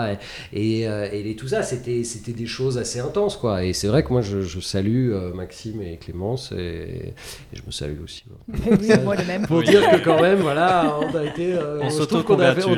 Et tout ça, c'était des choses assez intenses, quoi. Et c'est vrai que moi, je salue Maxime et Clémence, et je me salue aussi. Oui, moi le même. Pour dire que quand même, voilà, on a été... on s'auto-congratule.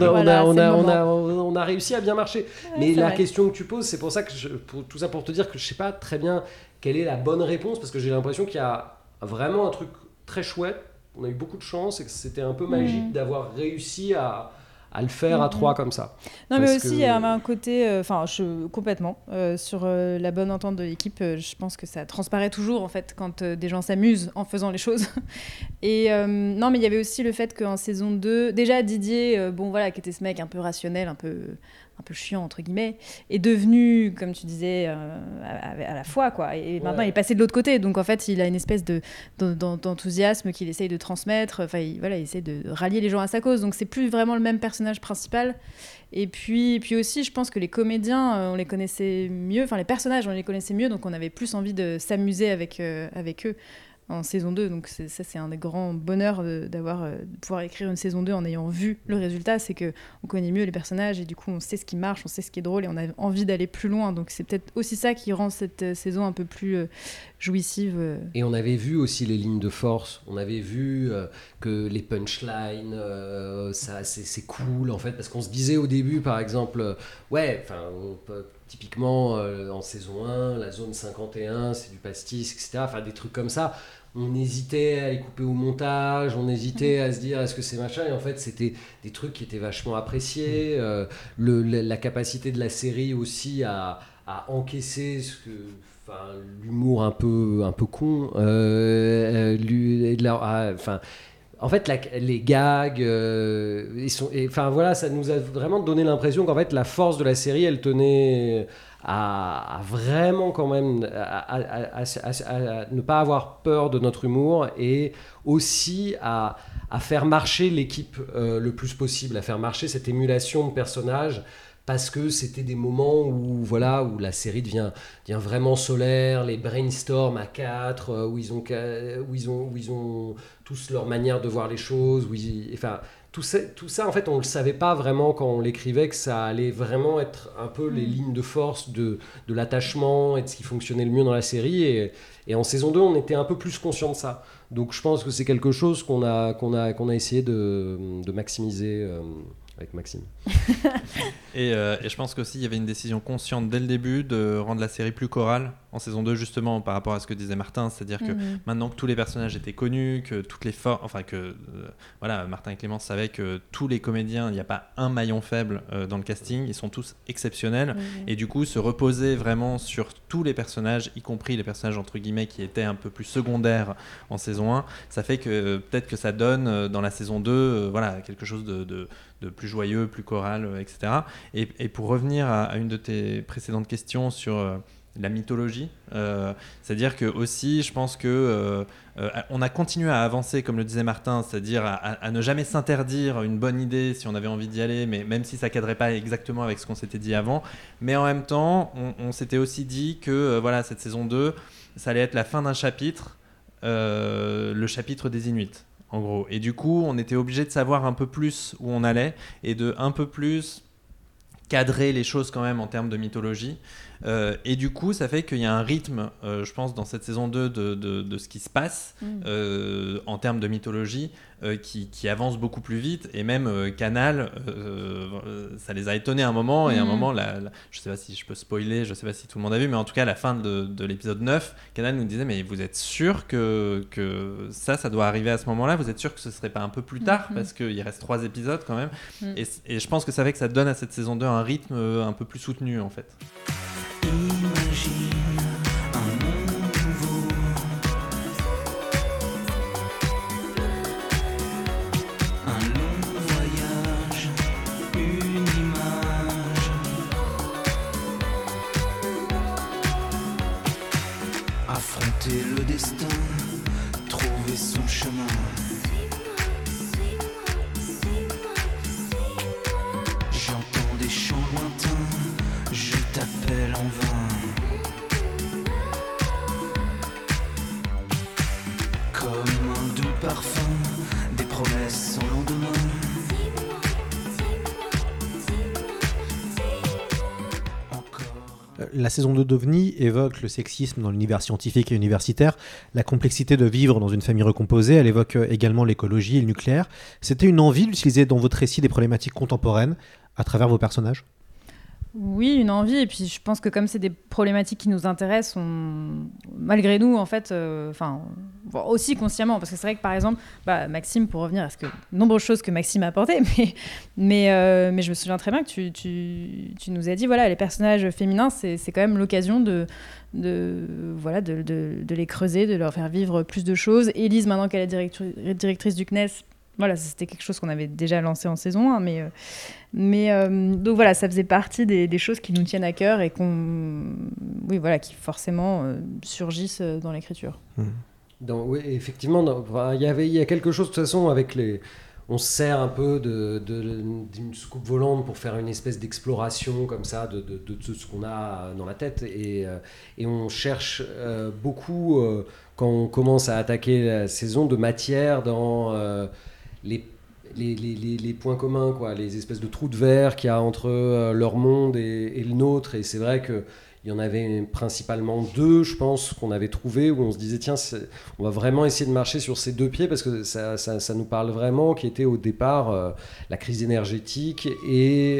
On a réussi à bien marcher. Ouais, mais la vrai. question que tu poses, c'est pour ça que tout ça pour te dire que je sais pas très bien quelle est la bonne réponse, parce que j'ai l'impression qu'il y a vraiment un truc très chouette. On a eu beaucoup de chance et que c'était un peu magique d'avoir réussi à le faire à 3 comme ça. Non, mais aussi il y a un côté, complètement sur la bonne entente de l'équipe. Je pense que ça transparaît toujours en fait quand des gens s'amusent en faisant les choses. Et non, mais il y avait aussi le fait qu'en saison 2, déjà Didier, qui était ce mec un peu rationnel, un peu chiant entre guillemets, est devenu, comme tu disais, à la fois, quoi. Et maintenant il est passé de l'autre côté, donc en fait il a une espèce d'enthousiasme qu'il essaye de transmettre. Enfin, il essaie de rallier les gens à sa cause, donc c'est plus vraiment le même personnage principal. Et puis aussi, je pense que les comédiens, on les connaissait mieux, enfin les personnages, on les connaissait mieux, donc on avait plus envie de s'amuser avec eux en saison 2, donc c'est un des grands bonheurs de pouvoir écrire une saison 2 en ayant vu le résultat, c'est qu'on connaît mieux les personnages et du coup on sait ce qui marche, on sait ce qui est drôle et on a envie d'aller plus loin, donc c'est peut-être aussi ça qui rend cette saison un peu plus jouissive. Et on avait vu aussi les lignes de force, on avait vu que les punchlines, c'est cool en fait, parce qu'on se disait au début par exemple, typiquement en saison 1, la zone 51, c'est du pastis, etc. Enfin des trucs comme ça. On hésitait à les couper au montage, on hésitait à se dire est-ce que c'est machin, et en fait c'était des trucs qui étaient vachement appréciés. La capacité de la série aussi à encaisser l'humour un peu con. En fait, les gags, ça nous a vraiment donné l'impression qu'en fait, la force de la série, elle tenait à vraiment quand même à ne pas avoir peur de notre humour et aussi à faire marcher l'équipe le plus possible, à faire marcher cette émulation de personnages. Parce que c'était des moments où la série devient vraiment solaire, les brainstorms à 4, où ils ont tous leur manière de voir les choses, tout ça en fait on le savait pas vraiment quand on l'écrivait, que ça allait vraiment être un peu les lignes de force de l'attachement et de ce qui fonctionnait le mieux dans la série, et en saison 2 on était un peu plus conscient de ça. Donc je pense que c'est quelque chose qu'on a essayé de maximiser avec Maxime. Et je pense qu'aussi il y avait une décision consciente dès le début de rendre la série plus chorale en saison 2, justement par rapport à ce que disait Martin, c'est-à-dire que maintenant que tous les personnages étaient connus, que toutes les Martin et Clémence savaient que tous les comédiens, il n'y a pas un maillon faible dans le casting, ils sont tous exceptionnels, et du coup se reposer vraiment sur tous les personnages, y compris les personnages entre guillemets qui étaient un peu plus secondaires en saison 1, ça fait que peut-être que ça donne dans la saison 2 quelque chose de plus joyeux, plus choral, etc. Et pour revenir à une de tes précédentes questions sur la mythologie, c'est-à-dire que aussi je pense que on a continué à avancer comme le disait Martin, c'est-à-dire à ne jamais s'interdire une bonne idée si on avait envie d'y aller, mais même si ça cadrait pas exactement avec ce qu'on s'était dit avant, mais en même temps on s'était aussi dit que cette saison 2 ça allait être la fin d'un chapitre, le chapitre des Inuits en gros, et du coup on était obligé de savoir un peu plus où on allait et de un peu plus cadrer les choses quand même en termes de mythologie, et du coup ça fait qu'il y a un rythme je pense dans cette saison 2 de ce qui se passe en termes de mythologie qui avance beaucoup plus vite, et même Canal ça les a étonnés à un moment, et à un moment je sais pas si je peux spoiler, je sais pas si tout le monde a vu, mais en tout cas à la fin de l'épisode 9, Canal nous disait mais vous êtes sûr que ça doit arriver à ce moment-là, vous êtes sûr que ce serait pas un peu plus tard, parce qu'il reste 3 épisodes quand même, et je pense que ça fait que ça donne à cette saison 2 un rythme un peu plus soutenu en fait. Imagine un monde nouveau, un long voyage, une image, affronter le destin, trouver son chemin. J'entends des chants lointains, je t'appelle en vain. Comme un doux parfum, des promesses sans lendemain. La saison 2 d'OVNI évoque le sexisme dans l'univers scientifique et universitaire, la complexité de vivre dans une famille recomposée, elle évoque également l'écologie et le nucléaire. C'était une envie d'utiliser dans votre récit des problématiques contemporaines à travers vos personnages ? Oui, une envie, et puis je pense que comme c'est des problématiques qui nous intéressent, malgré nous, en fait, aussi consciemment, parce que c'est vrai que par exemple, Maxime, pour revenir à ce que nombreuses choses que Maxime a apportées, mais je me souviens très bien que tu nous as dit, voilà, les personnages féminins, c'est quand même l'occasion de les creuser, de leur faire vivre plus de choses. Élise, maintenant qu'elle est directrice du CNES, voilà, c'était quelque chose qu'on avait déjà lancé en saison 1, donc voilà, ça faisait partie des choses qui nous tiennent à cœur et qui forcément surgissent dans l'écriture. Oui, effectivement, il y a quelque chose de toute façon avec on se sert un peu d'une soucoupe volante pour faire une espèce d'exploration comme ça de ce qu'on a dans la tête, et on cherche beaucoup quand on commence à attaquer la saison de matière dans les points communs, quoi, les espèces de trous de verre qu'il y a entre leur monde et le nôtre. Et c'est vrai qu'il y en avait principalement 2, je pense, qu'on avait trouvé, où on se disait tiens, on va vraiment essayer de marcher sur ces 2 pieds, parce que ça nous parle vraiment, qui était au départ la crise énergétique et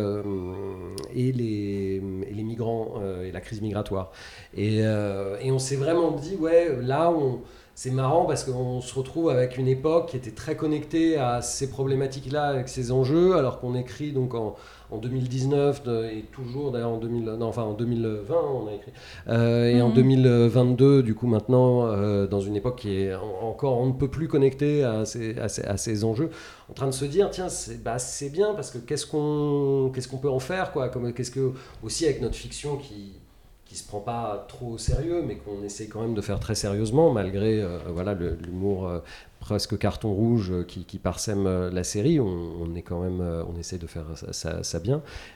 les migrants et la crise migratoire. Et on s'est vraiment dit, ouais, là, c'est marrant parce qu'on se retrouve avec une époque qui était très connectée à ces problématiques-là, avec ces enjeux, alors qu'on écrit donc en 2019 et toujours d'ailleurs en 2020 on a écrit et en 2022 du coup maintenant dans une époque qui est encore on ne peut plus connecter à ces enjeux, en train de se dire tiens c'est bien parce que qu'est-ce qu'on peut en faire quoi, qu'est-ce que aussi avec notre fiction qui se prend pas trop au sérieux mais qu'on essaie quand même de faire très sérieusement malgré l'humour presque carton rouge qui parsème la série, on est quand même on essaie de faire ça bien.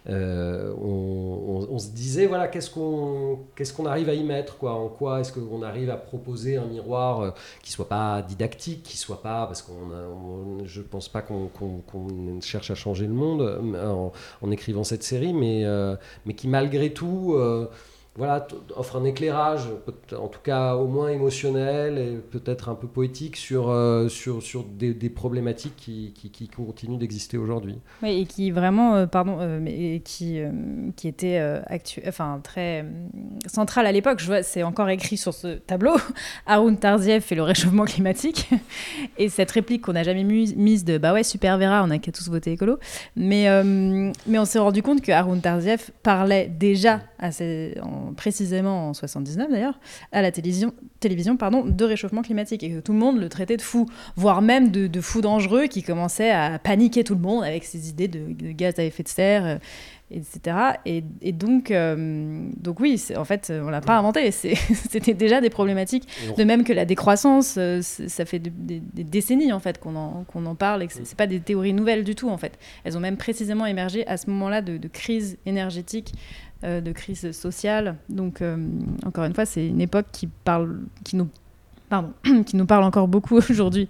On se disait voilà qu'est-ce qu'on arrive à y mettre quoi, en quoi est-ce qu'on arrive à proposer un miroir qui soit pas didactique, qui soit pas parce je pense pas qu'on cherche à changer le monde en écrivant cette série mais qui malgré tout voilà, offre un éclairage, en tout cas au moins émotionnel et peut-être un peu poétique sur des problématiques qui continuent d'exister aujourd'hui. Oui, et qui vraiment, qui était très central à l'époque. Je vois, c'est encore écrit sur ce tableau, Haroun Tardieff et le réchauffement climatique. Et cette réplique qu'on n'a jamais mise de « bah ouais, super Vera, on n'a qu'à tous voter écolo ». Mais on s'est rendu compte que Haroun Tardieff parlait déjà précisément en 79 d'ailleurs, à la télévision de réchauffement climatique et que tout le monde le traitait de fou, voire même de fou dangereux qui commençait à paniquer tout le monde avec ses idées de gaz à effet de serre, etc. Et donc oui, en fait, on l'a pas inventé, c'était déjà des problématiques, de même que la décroissance, ça fait des décennies en fait qu'on en parle et que c'est pas des théories nouvelles du tout en fait. Elles ont même précisément émergé à ce moment-là de crise énergétique, de crise sociale. Donc, encore une fois, c'est une époque qui nous parle encore beaucoup aujourd'hui.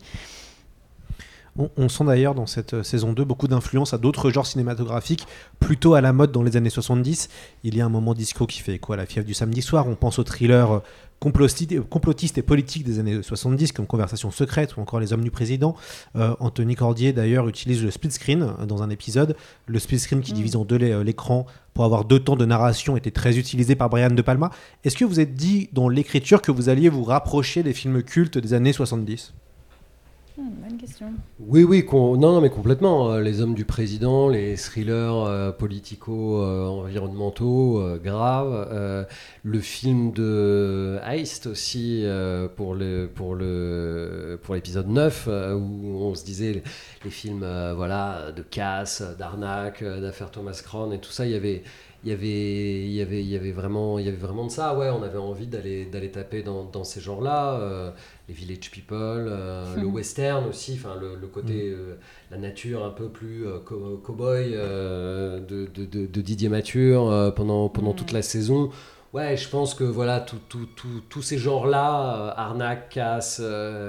On sent d'ailleurs dans cette saison 2 beaucoup d'influence à d'autres genres cinématographiques, plutôt à la mode dans les années 70. Il y a un moment disco qui fait écho à la fièvre du samedi soir. On pense aux thrillers complotistes et politiques des années 70, comme Conversation secrète ou encore Les hommes du président. Anthony Cordier, d'ailleurs, utilise le split screen dans un épisode. Le split screen qui divise en deux l'écran pour avoir 2 temps de narration était très utilisé par Brian De Palma. Est-ce que vous êtes dit dans l'écriture que vous alliez vous rapprocher des films cultes des années 70 ? Bonne question. Oui, non, mais complètement. Les hommes du président, les thrillers politico-environnementaux graves. Le film de Heist aussi pour l'épisode 9 où on se disait les films de casse, d'arnaque, d'affaires Thomas Crown et tout ça. Il y avait vraiment de ça. Ouais, on avait envie d'aller taper dans ces genres-là. Les Village People, le western aussi, le côté la nature un peu plus cow-boy de Didier Mathur pendant toute la saison. Ouais, je pense que voilà, tous ces genres-là, arnaque, casse,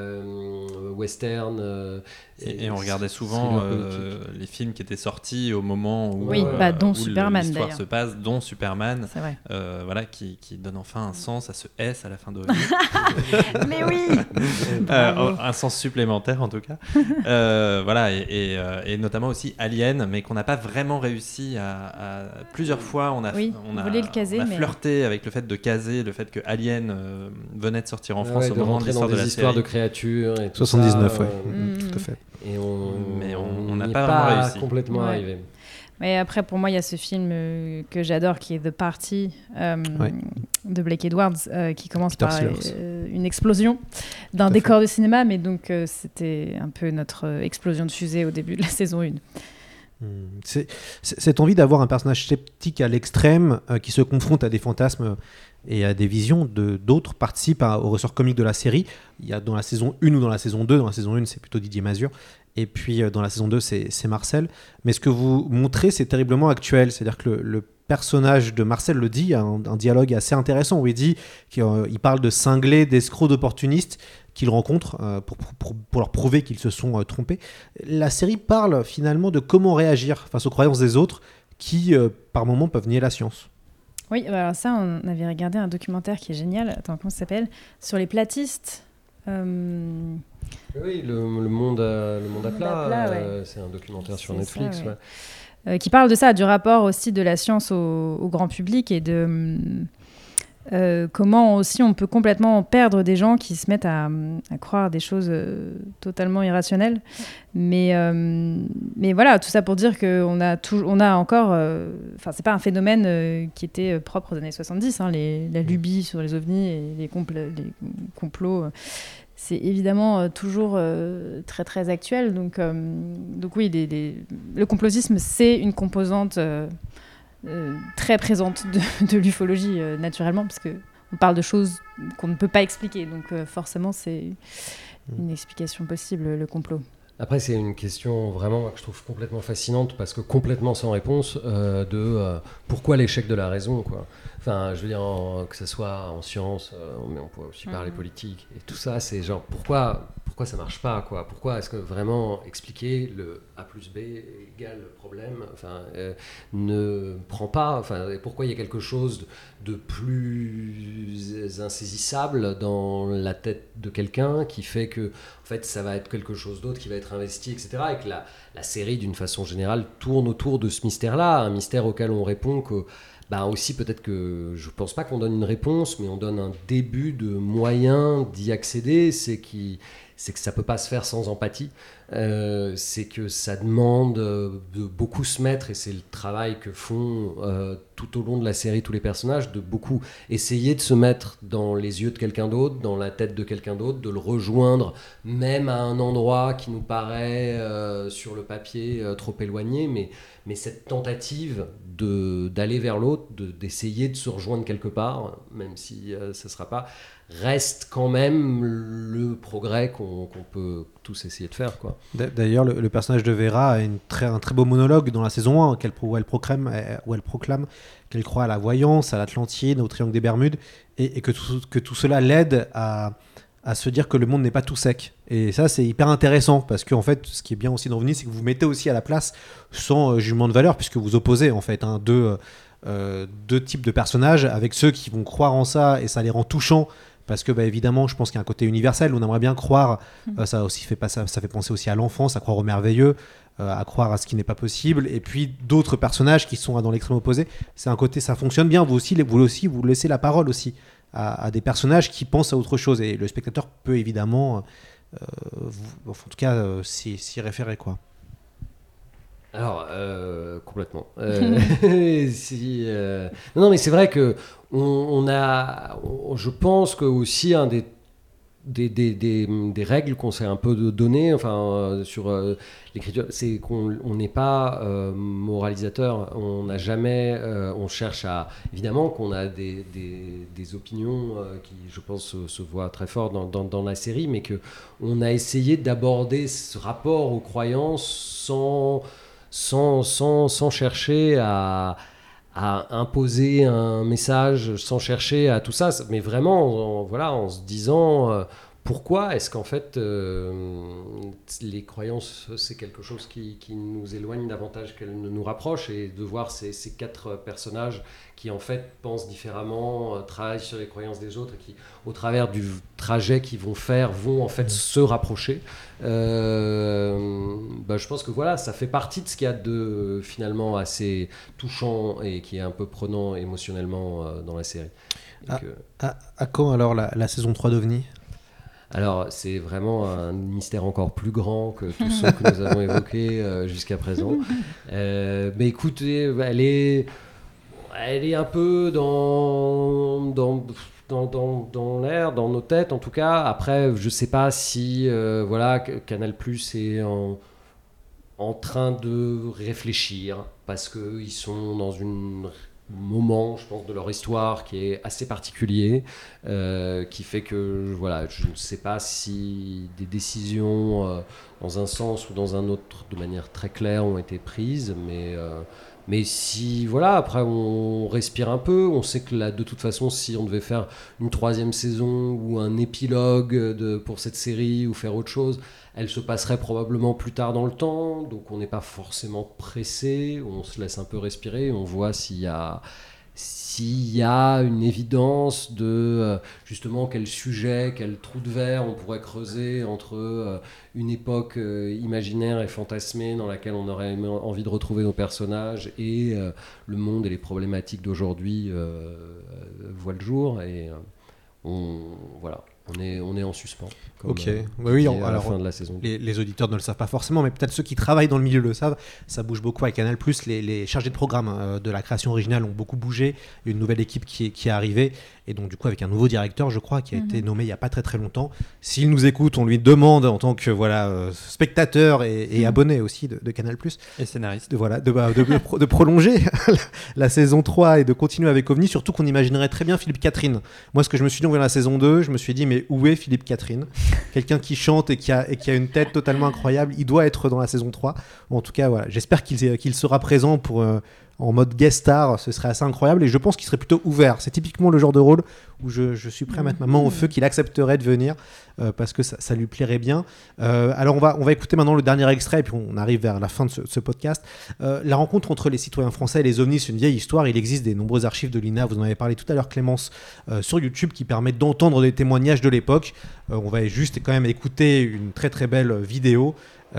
western. Et on regardait souvent les films qui étaient sortis au moment où, dont où Superman, l'histoire d'ailleurs. se passe, dont Superman, c'est vrai. qui donne enfin un sens à ce S à la fin de Mais oui. Un sens supplémentaire en tout cas. Et notamment aussi Alien, mais qu'on n'a pas vraiment réussi à plusieurs fois. On a flirté avec le fait de caser le fait que Alien venait de sortir en France au moment de l'histoire de la série. Histoires de créatures et tout 79, ça, tout à fait. Et on n'a pas vraiment réussi. Complètement arrivé. Mais après, pour moi, il y a ce film que j'adore qui est The Party de Blake Edwards qui commence par une explosion d'un décor de cinéma, mais donc c'était un peu notre explosion de fusée au début de la saison 1. Cette envie d'avoir un personnage sceptique à l'extrême qui se confronte à des fantasmes et à des visions d'autres participe au ressort comique de la série. Il y a dans la saison 1 ou dans la saison 2. Dans la saison 1, c'est plutôt Didier Mazur. Et puis dans la saison 2, c'est Marcel. Mais ce que vous montrez, c'est terriblement actuel. C'est-à-dire que le personnage de Marcel le dit, il y a un dialogue assez intéressant où il dit qu'il parle de cinglés, d'escrocs, d'opportunistes qu'il rencontre pour leur prouver qu'ils se sont trompés. La série parle finalement de comment réagir face aux croyances des autres qui, par moments, peuvent nier la science. Oui, alors ça, on avait regardé un documentaire qui est génial. Attends, comment ça s'appelle ? Sur les platistes. Oui, le monde à plat, c'est un documentaire sur Netflix. Ça, qui parle de ça, du rapport aussi de la science au grand public et comment aussi on peut complètement perdre des gens qui se mettent à croire des choses totalement irrationnelles. Mais voilà, tout ça pour dire qu'on a encore... c'est pas un phénomène qui était propre aux années 70, hein, la lubie sur les ovnis et les complots. C'est évidemment toujours très très actuel. Donc oui, le complotisme, c'est une composante très présente de l'ufologie, naturellement, parce qu'on parle de choses qu'on ne peut pas expliquer. Donc forcément, c'est une explication possible, le complot. Après, c'est une question vraiment que je trouve complètement fascinante, parce que complètement sans réponse, de pourquoi l'échec de la raison, quoi. Enfin, je veux dire, que ce soit en sciences, mais on pourrait aussi parler politique, et tout ça, c'est genre, pourquoi ça marche pas, quoi? Pourquoi est-ce que vraiment expliquer le A plus B égale problème, ne prend pas, pourquoi il y a quelque chose de plus insaisissable dans la tête de quelqu'un qui fait que, en fait, ça va être quelque chose d'autre qui va être investi, etc. Et que la série, d'une façon générale, tourne autour de ce mystère-là, un mystère auquel on répond que aussi, peut-être que je pense pas qu'on donne une réponse, mais on donne un début de moyen d'y accéder. C'est que ça peut pas se faire sans empathie. C'est que ça demande de beaucoup se mettre, et c'est le travail que font tout au long de la série tous les personnages, de beaucoup essayer de se mettre dans les yeux de quelqu'un d'autre, dans la tête de quelqu'un d'autre, de le rejoindre, même à un endroit qui nous paraît sur le papier trop éloigné, mais cette tentative d'aller vers l'autre, d'essayer de se rejoindre quelque part, même si ça ne sera pas, reste quand même le progrès qu'on peut tous essayer de faire, quoi. D'ailleurs, le personnage de Vera a un très beau monologue dans la saison 1 où elle proclame qu'elle croit à la voyance, à l'Atlantide, au triangle des Bermudes, et que tout cela l'aide à se dire que le monde n'est pas tout sec. Et ça, c'est hyper intéressant, parce que en fait, ce qui est bien aussi dans OVNI, c'est que vous mettez aussi à la place sans jugement de valeur, puisque vous opposez en fait deux types de personnages, avec ceux qui vont croire en ça et ça les rend touchants, parce que évidemment, je pense qu'il y a un côté universel, on aimerait bien croire, ça fait penser aussi à l'enfance, à croire au merveilleux, à croire à ce qui n'est pas possible, et puis d'autres personnages qui sont dans l'extrême opposé. C'est un côté, ça fonctionne bien, vous laissez la parole aussi à des personnages qui pensent à autre chose, et le spectateur peut évidemment en tout cas s'y référer, quoi. Alors, complètement. Non, mais c'est vrai que je pense que aussi un des règles qu'on s'est un peu données, sur l'écriture, c'est qu'on n'est pas moralisateur. On n'a jamais, on cherche à, évidemment qu'on a des opinions qui, je pense, se voient très fort dans la série, mais que on a essayé d'aborder ce rapport aux croyances sans chercher à imposer un message, sans chercher à tout ça, mais vraiment en se disant pourquoi est-ce qu'en fait les croyances, c'est quelque chose qui nous éloigne davantage qu'elles ne nous rapprochent, et de voir ces 4 personnages qui en fait pensent différemment, travaillent sur les croyances des autres, et qui au travers du trajet qu'ils vont faire vont en fait se rapprocher. Je pense que ça fait partie de ce qu'il y a de finalement assez touchant et qui est un peu prenant émotionnellement dans la série. À quand alors la saison 3 d'OVNI ? Alors, c'est vraiment un mystère encore plus grand que tous ceux que nous avons évoqués jusqu'à présent. Mais écoutez, elle est un peu dans l'air, dans nos têtes en tout cas. Après, je sais pas si Canal+ est en train de réfléchir, parce qu'ils sont dans un moment, je pense, de leur histoire qui est assez particulier, qui fait que je ne sais pas si des décisions dans un sens ou dans un autre de manière très claire ont été prises, mais si après on respire un peu, on sait que là, de toute façon, si on devait faire une 3e saison ou un épilogue pour cette série ou faire autre chose, elle se passerait probablement plus tard dans le temps, donc on n'est pas forcément pressé, on se laisse un peu respirer, on voit s'il y a une évidence de justement quel sujet, quel trou de verre on pourrait creuser entre une époque imaginaire et fantasmée dans laquelle on aurait envie de retrouver nos personnages et le monde et les problématiques d'aujourd'hui voit le jour et on est en suspens. Ok, oui, à la alors fin de la saison. Les auditeurs ne le savent pas forcément, mais peut-être ceux qui travaillent dans le milieu le savent. Ça bouge beaucoup à Canal+. Les chargés de programme de la création originale ont beaucoup bougé. Il y a une nouvelle équipe qui est arrivée, et donc du coup avec un nouveau directeur, je crois, qui a été nommé il n'y a pas très très longtemps. S'il nous écoute, on lui demande en tant que spectateur et abonné aussi de Canal+. Et scénariste. De prolonger la saison 3 et de continuer avec OVNI, surtout qu'on imaginerait très bien Philippe Catherine. Moi, ce que je me suis dit en voyant la saison 2, je me suis dit, mais où est Philippe Catherine ? Quelqu'un qui chante et qui a une tête totalement incroyable, il doit être dans la saison 3. En tout cas, voilà, j'espère qu'il sera présent pour en mode guest star, ce serait assez incroyable, et je pense qu'il serait plutôt ouvert. C'est typiquement le genre de rôle où je suis prêt à mettre ma main au feu qu'il accepterait de venir, parce que ça lui plairait bien. Alors on va écouter maintenant le dernier extrait, et puis on arrive vers la fin de ce podcast. La rencontre entre les citoyens français et les ovnis, c'est une vieille histoire. Il existe des nombreuses archives de l'INA, vous en avez parlé tout à l'heure Clémence, sur YouTube, qui permettent d'entendre des témoignages de l'époque. On va juste quand même écouter une très très belle vidéo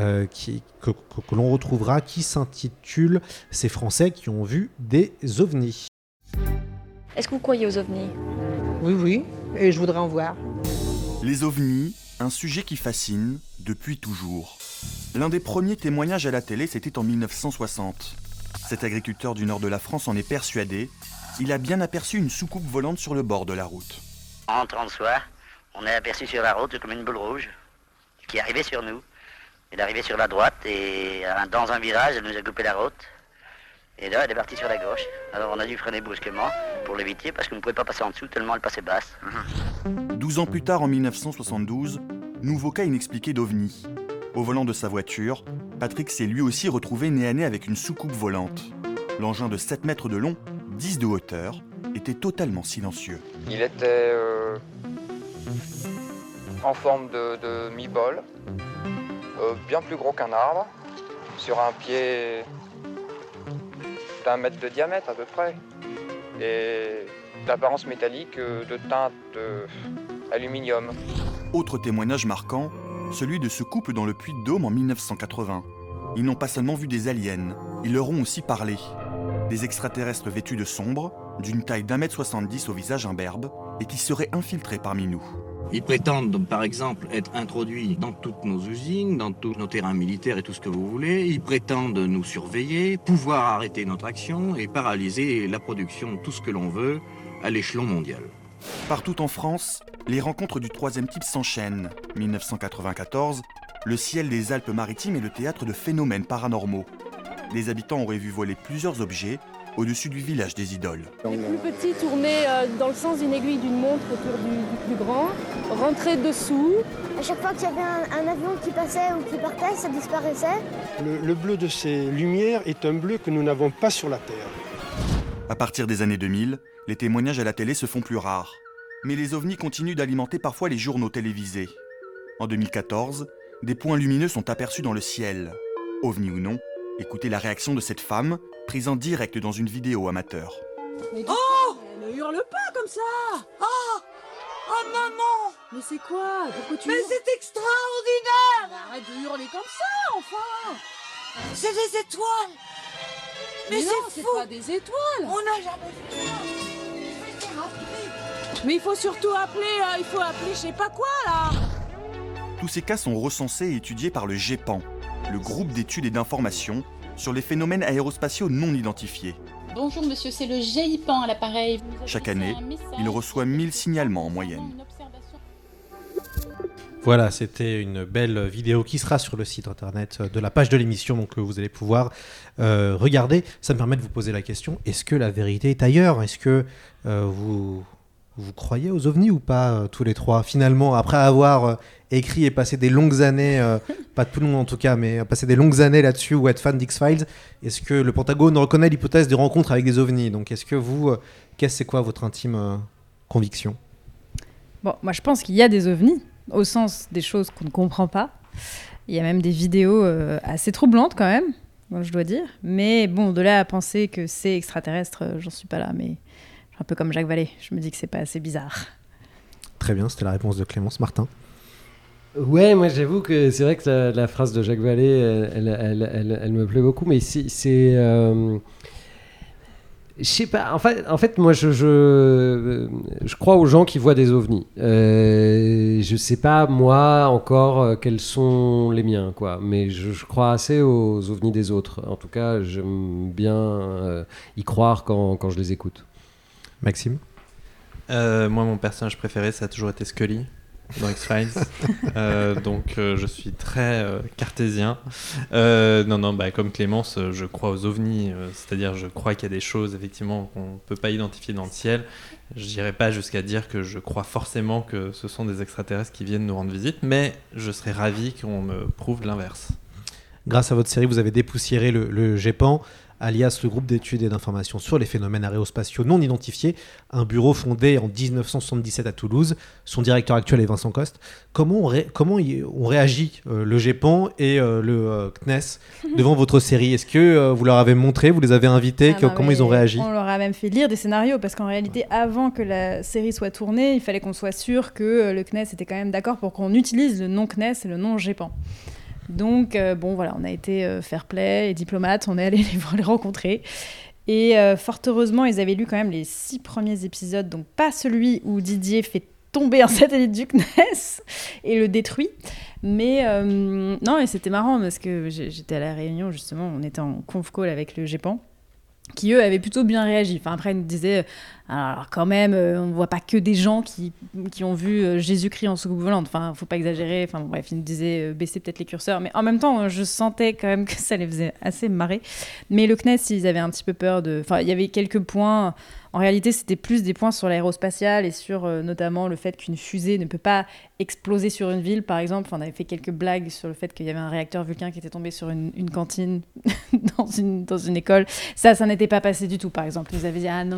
que l'on retrouvera, qui s'intitule « Ces Français qui ont vu des ovnis ». Est-ce que vous croyez aux ovnis ? Oui, et je voudrais en voir. Les ovnis, un sujet qui fascine depuis toujours. L'un des premiers témoignages à la télé, c'était en 1960. Cet agriculteur du nord de la France en est persuadé. Il a bien aperçu une soucoupe volante sur le bord de la route. En rentrant le soir, on a aperçu sur la route comme une boule rouge qui arrivait sur nous. Elle est arrivée sur la droite et dans un virage, elle nous a coupé la route. Et là, elle est partie sur la gauche. Alors on a dû freiner brusquement pour l'éviter parce qu'on ne pouvait pas passer en dessous tellement elle passait basse. 12 ans plus tard, en 1972, nouveau cas inexpliqué d'OVNI. Au volant de sa voiture, Patrick s'est lui aussi retrouvé nez à nez avec une soucoupe volante. L'engin de 7 mètres de long, 10 de hauteur, était totalement silencieux. Il était en forme de mi-bol, bien plus gros qu'un arbre, sur un pied d'1 mètre de diamètre à peu près, et d'apparence métallique de teinte aluminium. Autre témoignage marquant, celui de ce couple dans le Puy-de-Dôme en 1980. Ils n'ont pas seulement vu des aliens, ils leur ont aussi parlé. Des extraterrestres vêtus de sombre, d'une taille d'1,70 m au visage imberbe, et qui seraient infiltrés parmi nous. Ils prétendent, par exemple, être introduits dans toutes nos usines, dans tous nos terrains militaires et tout ce que vous voulez. Ils prétendent nous surveiller, pouvoir arrêter notre action et paralyser la production de tout ce que l'on veut à l'échelon mondial. Partout en France, les rencontres du troisième type s'enchaînent. 1994, le ciel des Alpes-Maritimes est le théâtre de phénomènes paranormaux. Les habitants auraient vu voler plusieurs objets au-dessus du village des idoles. Les plus petits tournaient dans le sens d'une aiguille d'une montre autour du plus grand, rentraient dessous. À chaque fois qu'il y avait un avion qui passait ou qui partait, ça disparaissait. Le bleu de ces lumières est un bleu que nous n'avons pas sur la Terre. À partir des années 2000, les témoignages à la télé se font plus rares. Mais les ovnis continuent d'alimenter parfois les journaux télévisés. En 2014, des points lumineux sont aperçus dans le ciel. OVNI ou non, écoutez la réaction de cette femme, prise en direct dans une vidéo amateur. Oh, ne hurle pas comme ça. Oh maman. Mais c'est quoi? Pourquoi tu Mais hurles? c'est extraordinaire. Arrête de hurler comme ça, enfin. C'est des étoiles. Mais non, c'est c'est fou. pas des étoiles. On n'a jamais vu ça. Mais il faut surtout appeler, je sais pas quoi là. Tous ces cas sont recensés et étudiés par le GEPAN, le groupe d'études et d'information sur les phénomènes aérospatiaux non identifiés. Bonjour monsieur, c'est le GEPAN à l'appareil. Chaque année, il reçoit 1000 signalements en moyenne. Voilà, c'était une belle vidéo qui sera sur le site internet de la page de l'émission, donc que vous allez pouvoir regarder. Ça me permet de vous poser la question, est-ce que la vérité est ailleurs? Est-ce que vous croyez aux ovnis ou pas, tous les trois? Finalement, après avoir écrit et passé des longues années, pas tout le monde en tout cas, mais passer des longues années là-dessus ou être fan d'X-Files, est-ce que le Pentagone reconnaît l'hypothèse des rencontres avec des ovnis? Donc est-ce que vous, c'est quoi votre intime conviction? Bon, moi je pense qu'il y a des ovnis, au sens des choses qu'on ne comprend pas. Il y a même des vidéos assez troublantes quand même, je dois dire. Mais bon, de là à penser que c'est extraterrestre, j'en suis pas là, mais un peu comme Jacques Vallée, je me dis que c'est pas assez bizarre. Très bien, c'était la réponse de Clémence. Martin? Ouais, moi j'avoue que c'est vrai que la phrase de Jacques Vallée, elle me plaît beaucoup, mais Je sais pas. En fait, moi, je crois aux gens qui voient des ovnis. Je sais pas moi encore quels sont les miens, quoi. Mais je crois assez aux ovnis des autres. En tout cas, j'aime bien y croire quand je les écoute. Maxime ? Moi, mon personnage préféré, ça a toujours été Scully dans X-Files. Donc je suis très cartésien. Non, comme Clémence, je crois aux ovnis, c'est-à-dire je crois qu'il y a des choses effectivement qu'on ne peut pas identifier dans le ciel. Je n'irai pas jusqu'à dire que je crois forcément que ce sont des extraterrestres qui viennent nous rendre visite, mais je serais ravi qu'on me prouve l'inverse. Grâce à votre série, vous avez dépoussiéré le GEPAN, alias le groupe d'études et d'informations sur les phénomènes aérospatiaux non identifiés, un bureau fondé en 1977 à Toulouse. Son directeur actuel est Vincent Coste. Comment on réagit, le GEPAN et le CNES, devant votre série ? Est-ce que vous leur avez montré, vous les avez invités, comment ils ont réagi ? On leur a même fait lire des scénarios, parce qu'en réalité, avant que la série soit tournée, il fallait qu'on soit sûr que le CNES était quand même d'accord pour qu'on utilise le nom CNES et le nom GEPAN. Donc, on a été fair play et diplomate, on est allé les rencontrer. Et fort heureusement, ils avaient lu quand même les 6 premiers épisodes, donc pas celui où Didier fait tomber un satellite du CNES et le détruit. Mais non, et c'était marrant parce que j'étais à la réunion, justement, on était en conf call avec le GEPAN, qui eux avaient plutôt bien réagi. Enfin, après, ils nous disaient, alors quand même, on ne voit pas que des gens qui ont vu Jésus-Christ en soucoupe volante. Enfin, faut pas exagérer. Enfin, bref, ils nous disaient, baissez peut-être les curseurs. Mais en même temps, je sentais quand même que ça les faisait assez marrer. Mais le CNES, ils avaient un petit peu peur de... Enfin, il y avait quelques points... En réalité, c'était plus des points sur l'aérospatial et sur notamment le fait qu'une fusée ne peut pas exploser sur une ville, par exemple. Enfin, on avait fait quelques blagues sur le fait qu'il y avait un réacteur Vulcain qui était tombé sur une cantine dans une école. Ça n'était pas passé du tout, par exemple. Ils avaient dit, ah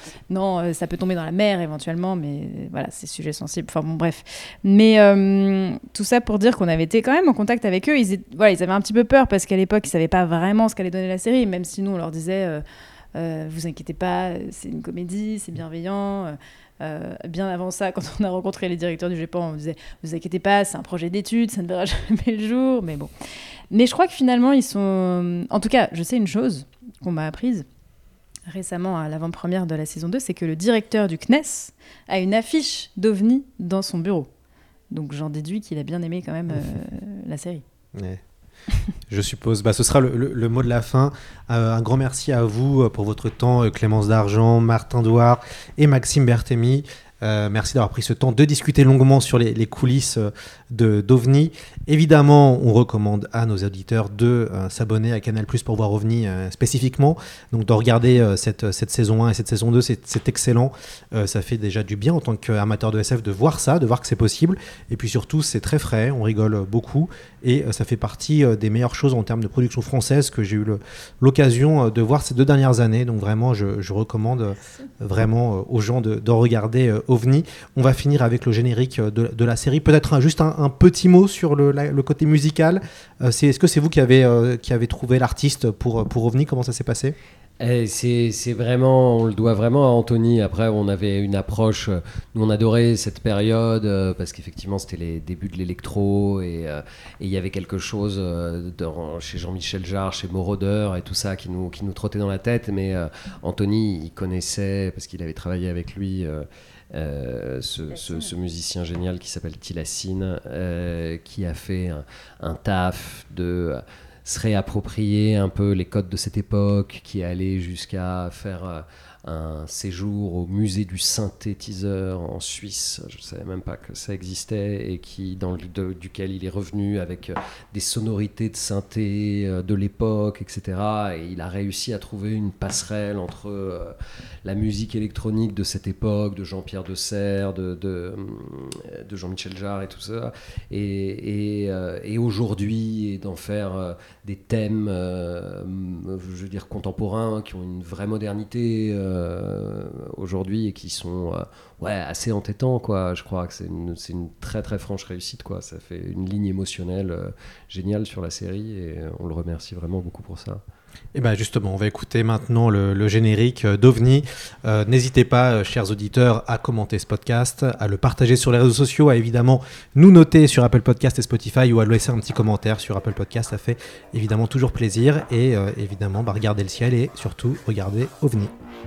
non, ça peut tomber dans la mer éventuellement, mais voilà, c'est sujet sensible. Enfin bon, bref. Mais tout ça pour dire qu'on avait été quand même en contact avec eux. Ils avaient un petit peu peur parce qu'à l'époque, ils ne savaient pas vraiment ce qu'allait donner la série, même si nous, on leur disait... vous inquiétez pas, c'est une comédie, c'est bienveillant. Bien avant ça, quand on a rencontré les directeurs du GEPAN, on disait vous inquiétez pas, c'est un projet d'études, ça ne verra jamais le jour. Mais bon. Mais je crois que finalement, ils sont. En tout cas, je sais une chose qu'on m'a apprise récemment à l'avant-première de la saison 2, c'est que le directeur du CNES a une affiche d'OVNI dans son bureau. Donc j'en déduis qu'il a bien aimé quand même la série. Ouais. Je suppose. Ce sera le mot de la fin. Un grand merci à vous pour votre temps, Clémence Dargent, Martin Douard et Maxime Berthemy. Merci d'avoir pris ce temps de discuter longuement sur les coulisses d'OVNI. Évidemment, on recommande à nos auditeurs de s'abonner à Canal+ pour voir OVNI spécifiquement. Donc de regarder cette saison 1 et cette saison 2, c'est excellent. Ça fait déjà du bien en tant qu'amateur de SF de voir ça, de voir que c'est possible. Et puis surtout, c'est très frais, on rigole beaucoup. Et ça fait partie des meilleures choses en termes de production française que j'ai eu l'occasion de voir ces 2 dernières années. Donc vraiment, je recommande vraiment aux gens de regarder OVNI. On va finir avec le générique de la série. Peut-être juste un petit mot sur le côté musical. Est-ce que c'est vous qui avez trouvé l'artiste pour OVNI ? Comment ça s'est passé ? C'est vraiment, on le doit vraiment à Anthony. Après, on avait une approche, nous on adorait cette période parce qu'effectivement c'était les débuts de l'électro et il y avait quelque chose chez Jean-Michel Jarre, chez Moroder et tout ça qui nous trottait dans la tête. Mais Anthony, il connaissait parce qu'il avait travaillé avec lui. Ce musicien génial qui s'appelle Tilassine, qui a fait un taf de se réapproprier un peu les codes de cette époque, qui est allé jusqu'à faire un séjour au musée du synthétiseur en Suisse, je ne savais même pas que ça existait, et duquel il est revenu avec des sonorités de synthé de l'époque, etc. Et il a réussi à trouver une passerelle entre la musique électronique de cette époque, de Jean-Pierre Desserre, de Jean-Michel Jarre et tout ça, et aujourd'hui, et d'en faire des thèmes, je veux dire, contemporains, qui ont une vraie modernité aujourd'hui et qui sont assez entêtants, quoi. Je crois que c'est une très très franche réussite, quoi. Ça fait une ligne émotionnelle géniale sur la série et on le remercie vraiment beaucoup pour ça. Et bien justement, on va écouter maintenant le générique d'OVNI. N'hésitez pas, chers auditeurs, à commenter ce podcast, à le partager sur les réseaux sociaux, à évidemment nous noter sur Apple Podcast et Spotify ou à laisser un petit commentaire sur Apple Podcast. Ça fait évidemment toujours plaisir. Et évidemment, regardez le ciel et surtout regardez OVNI.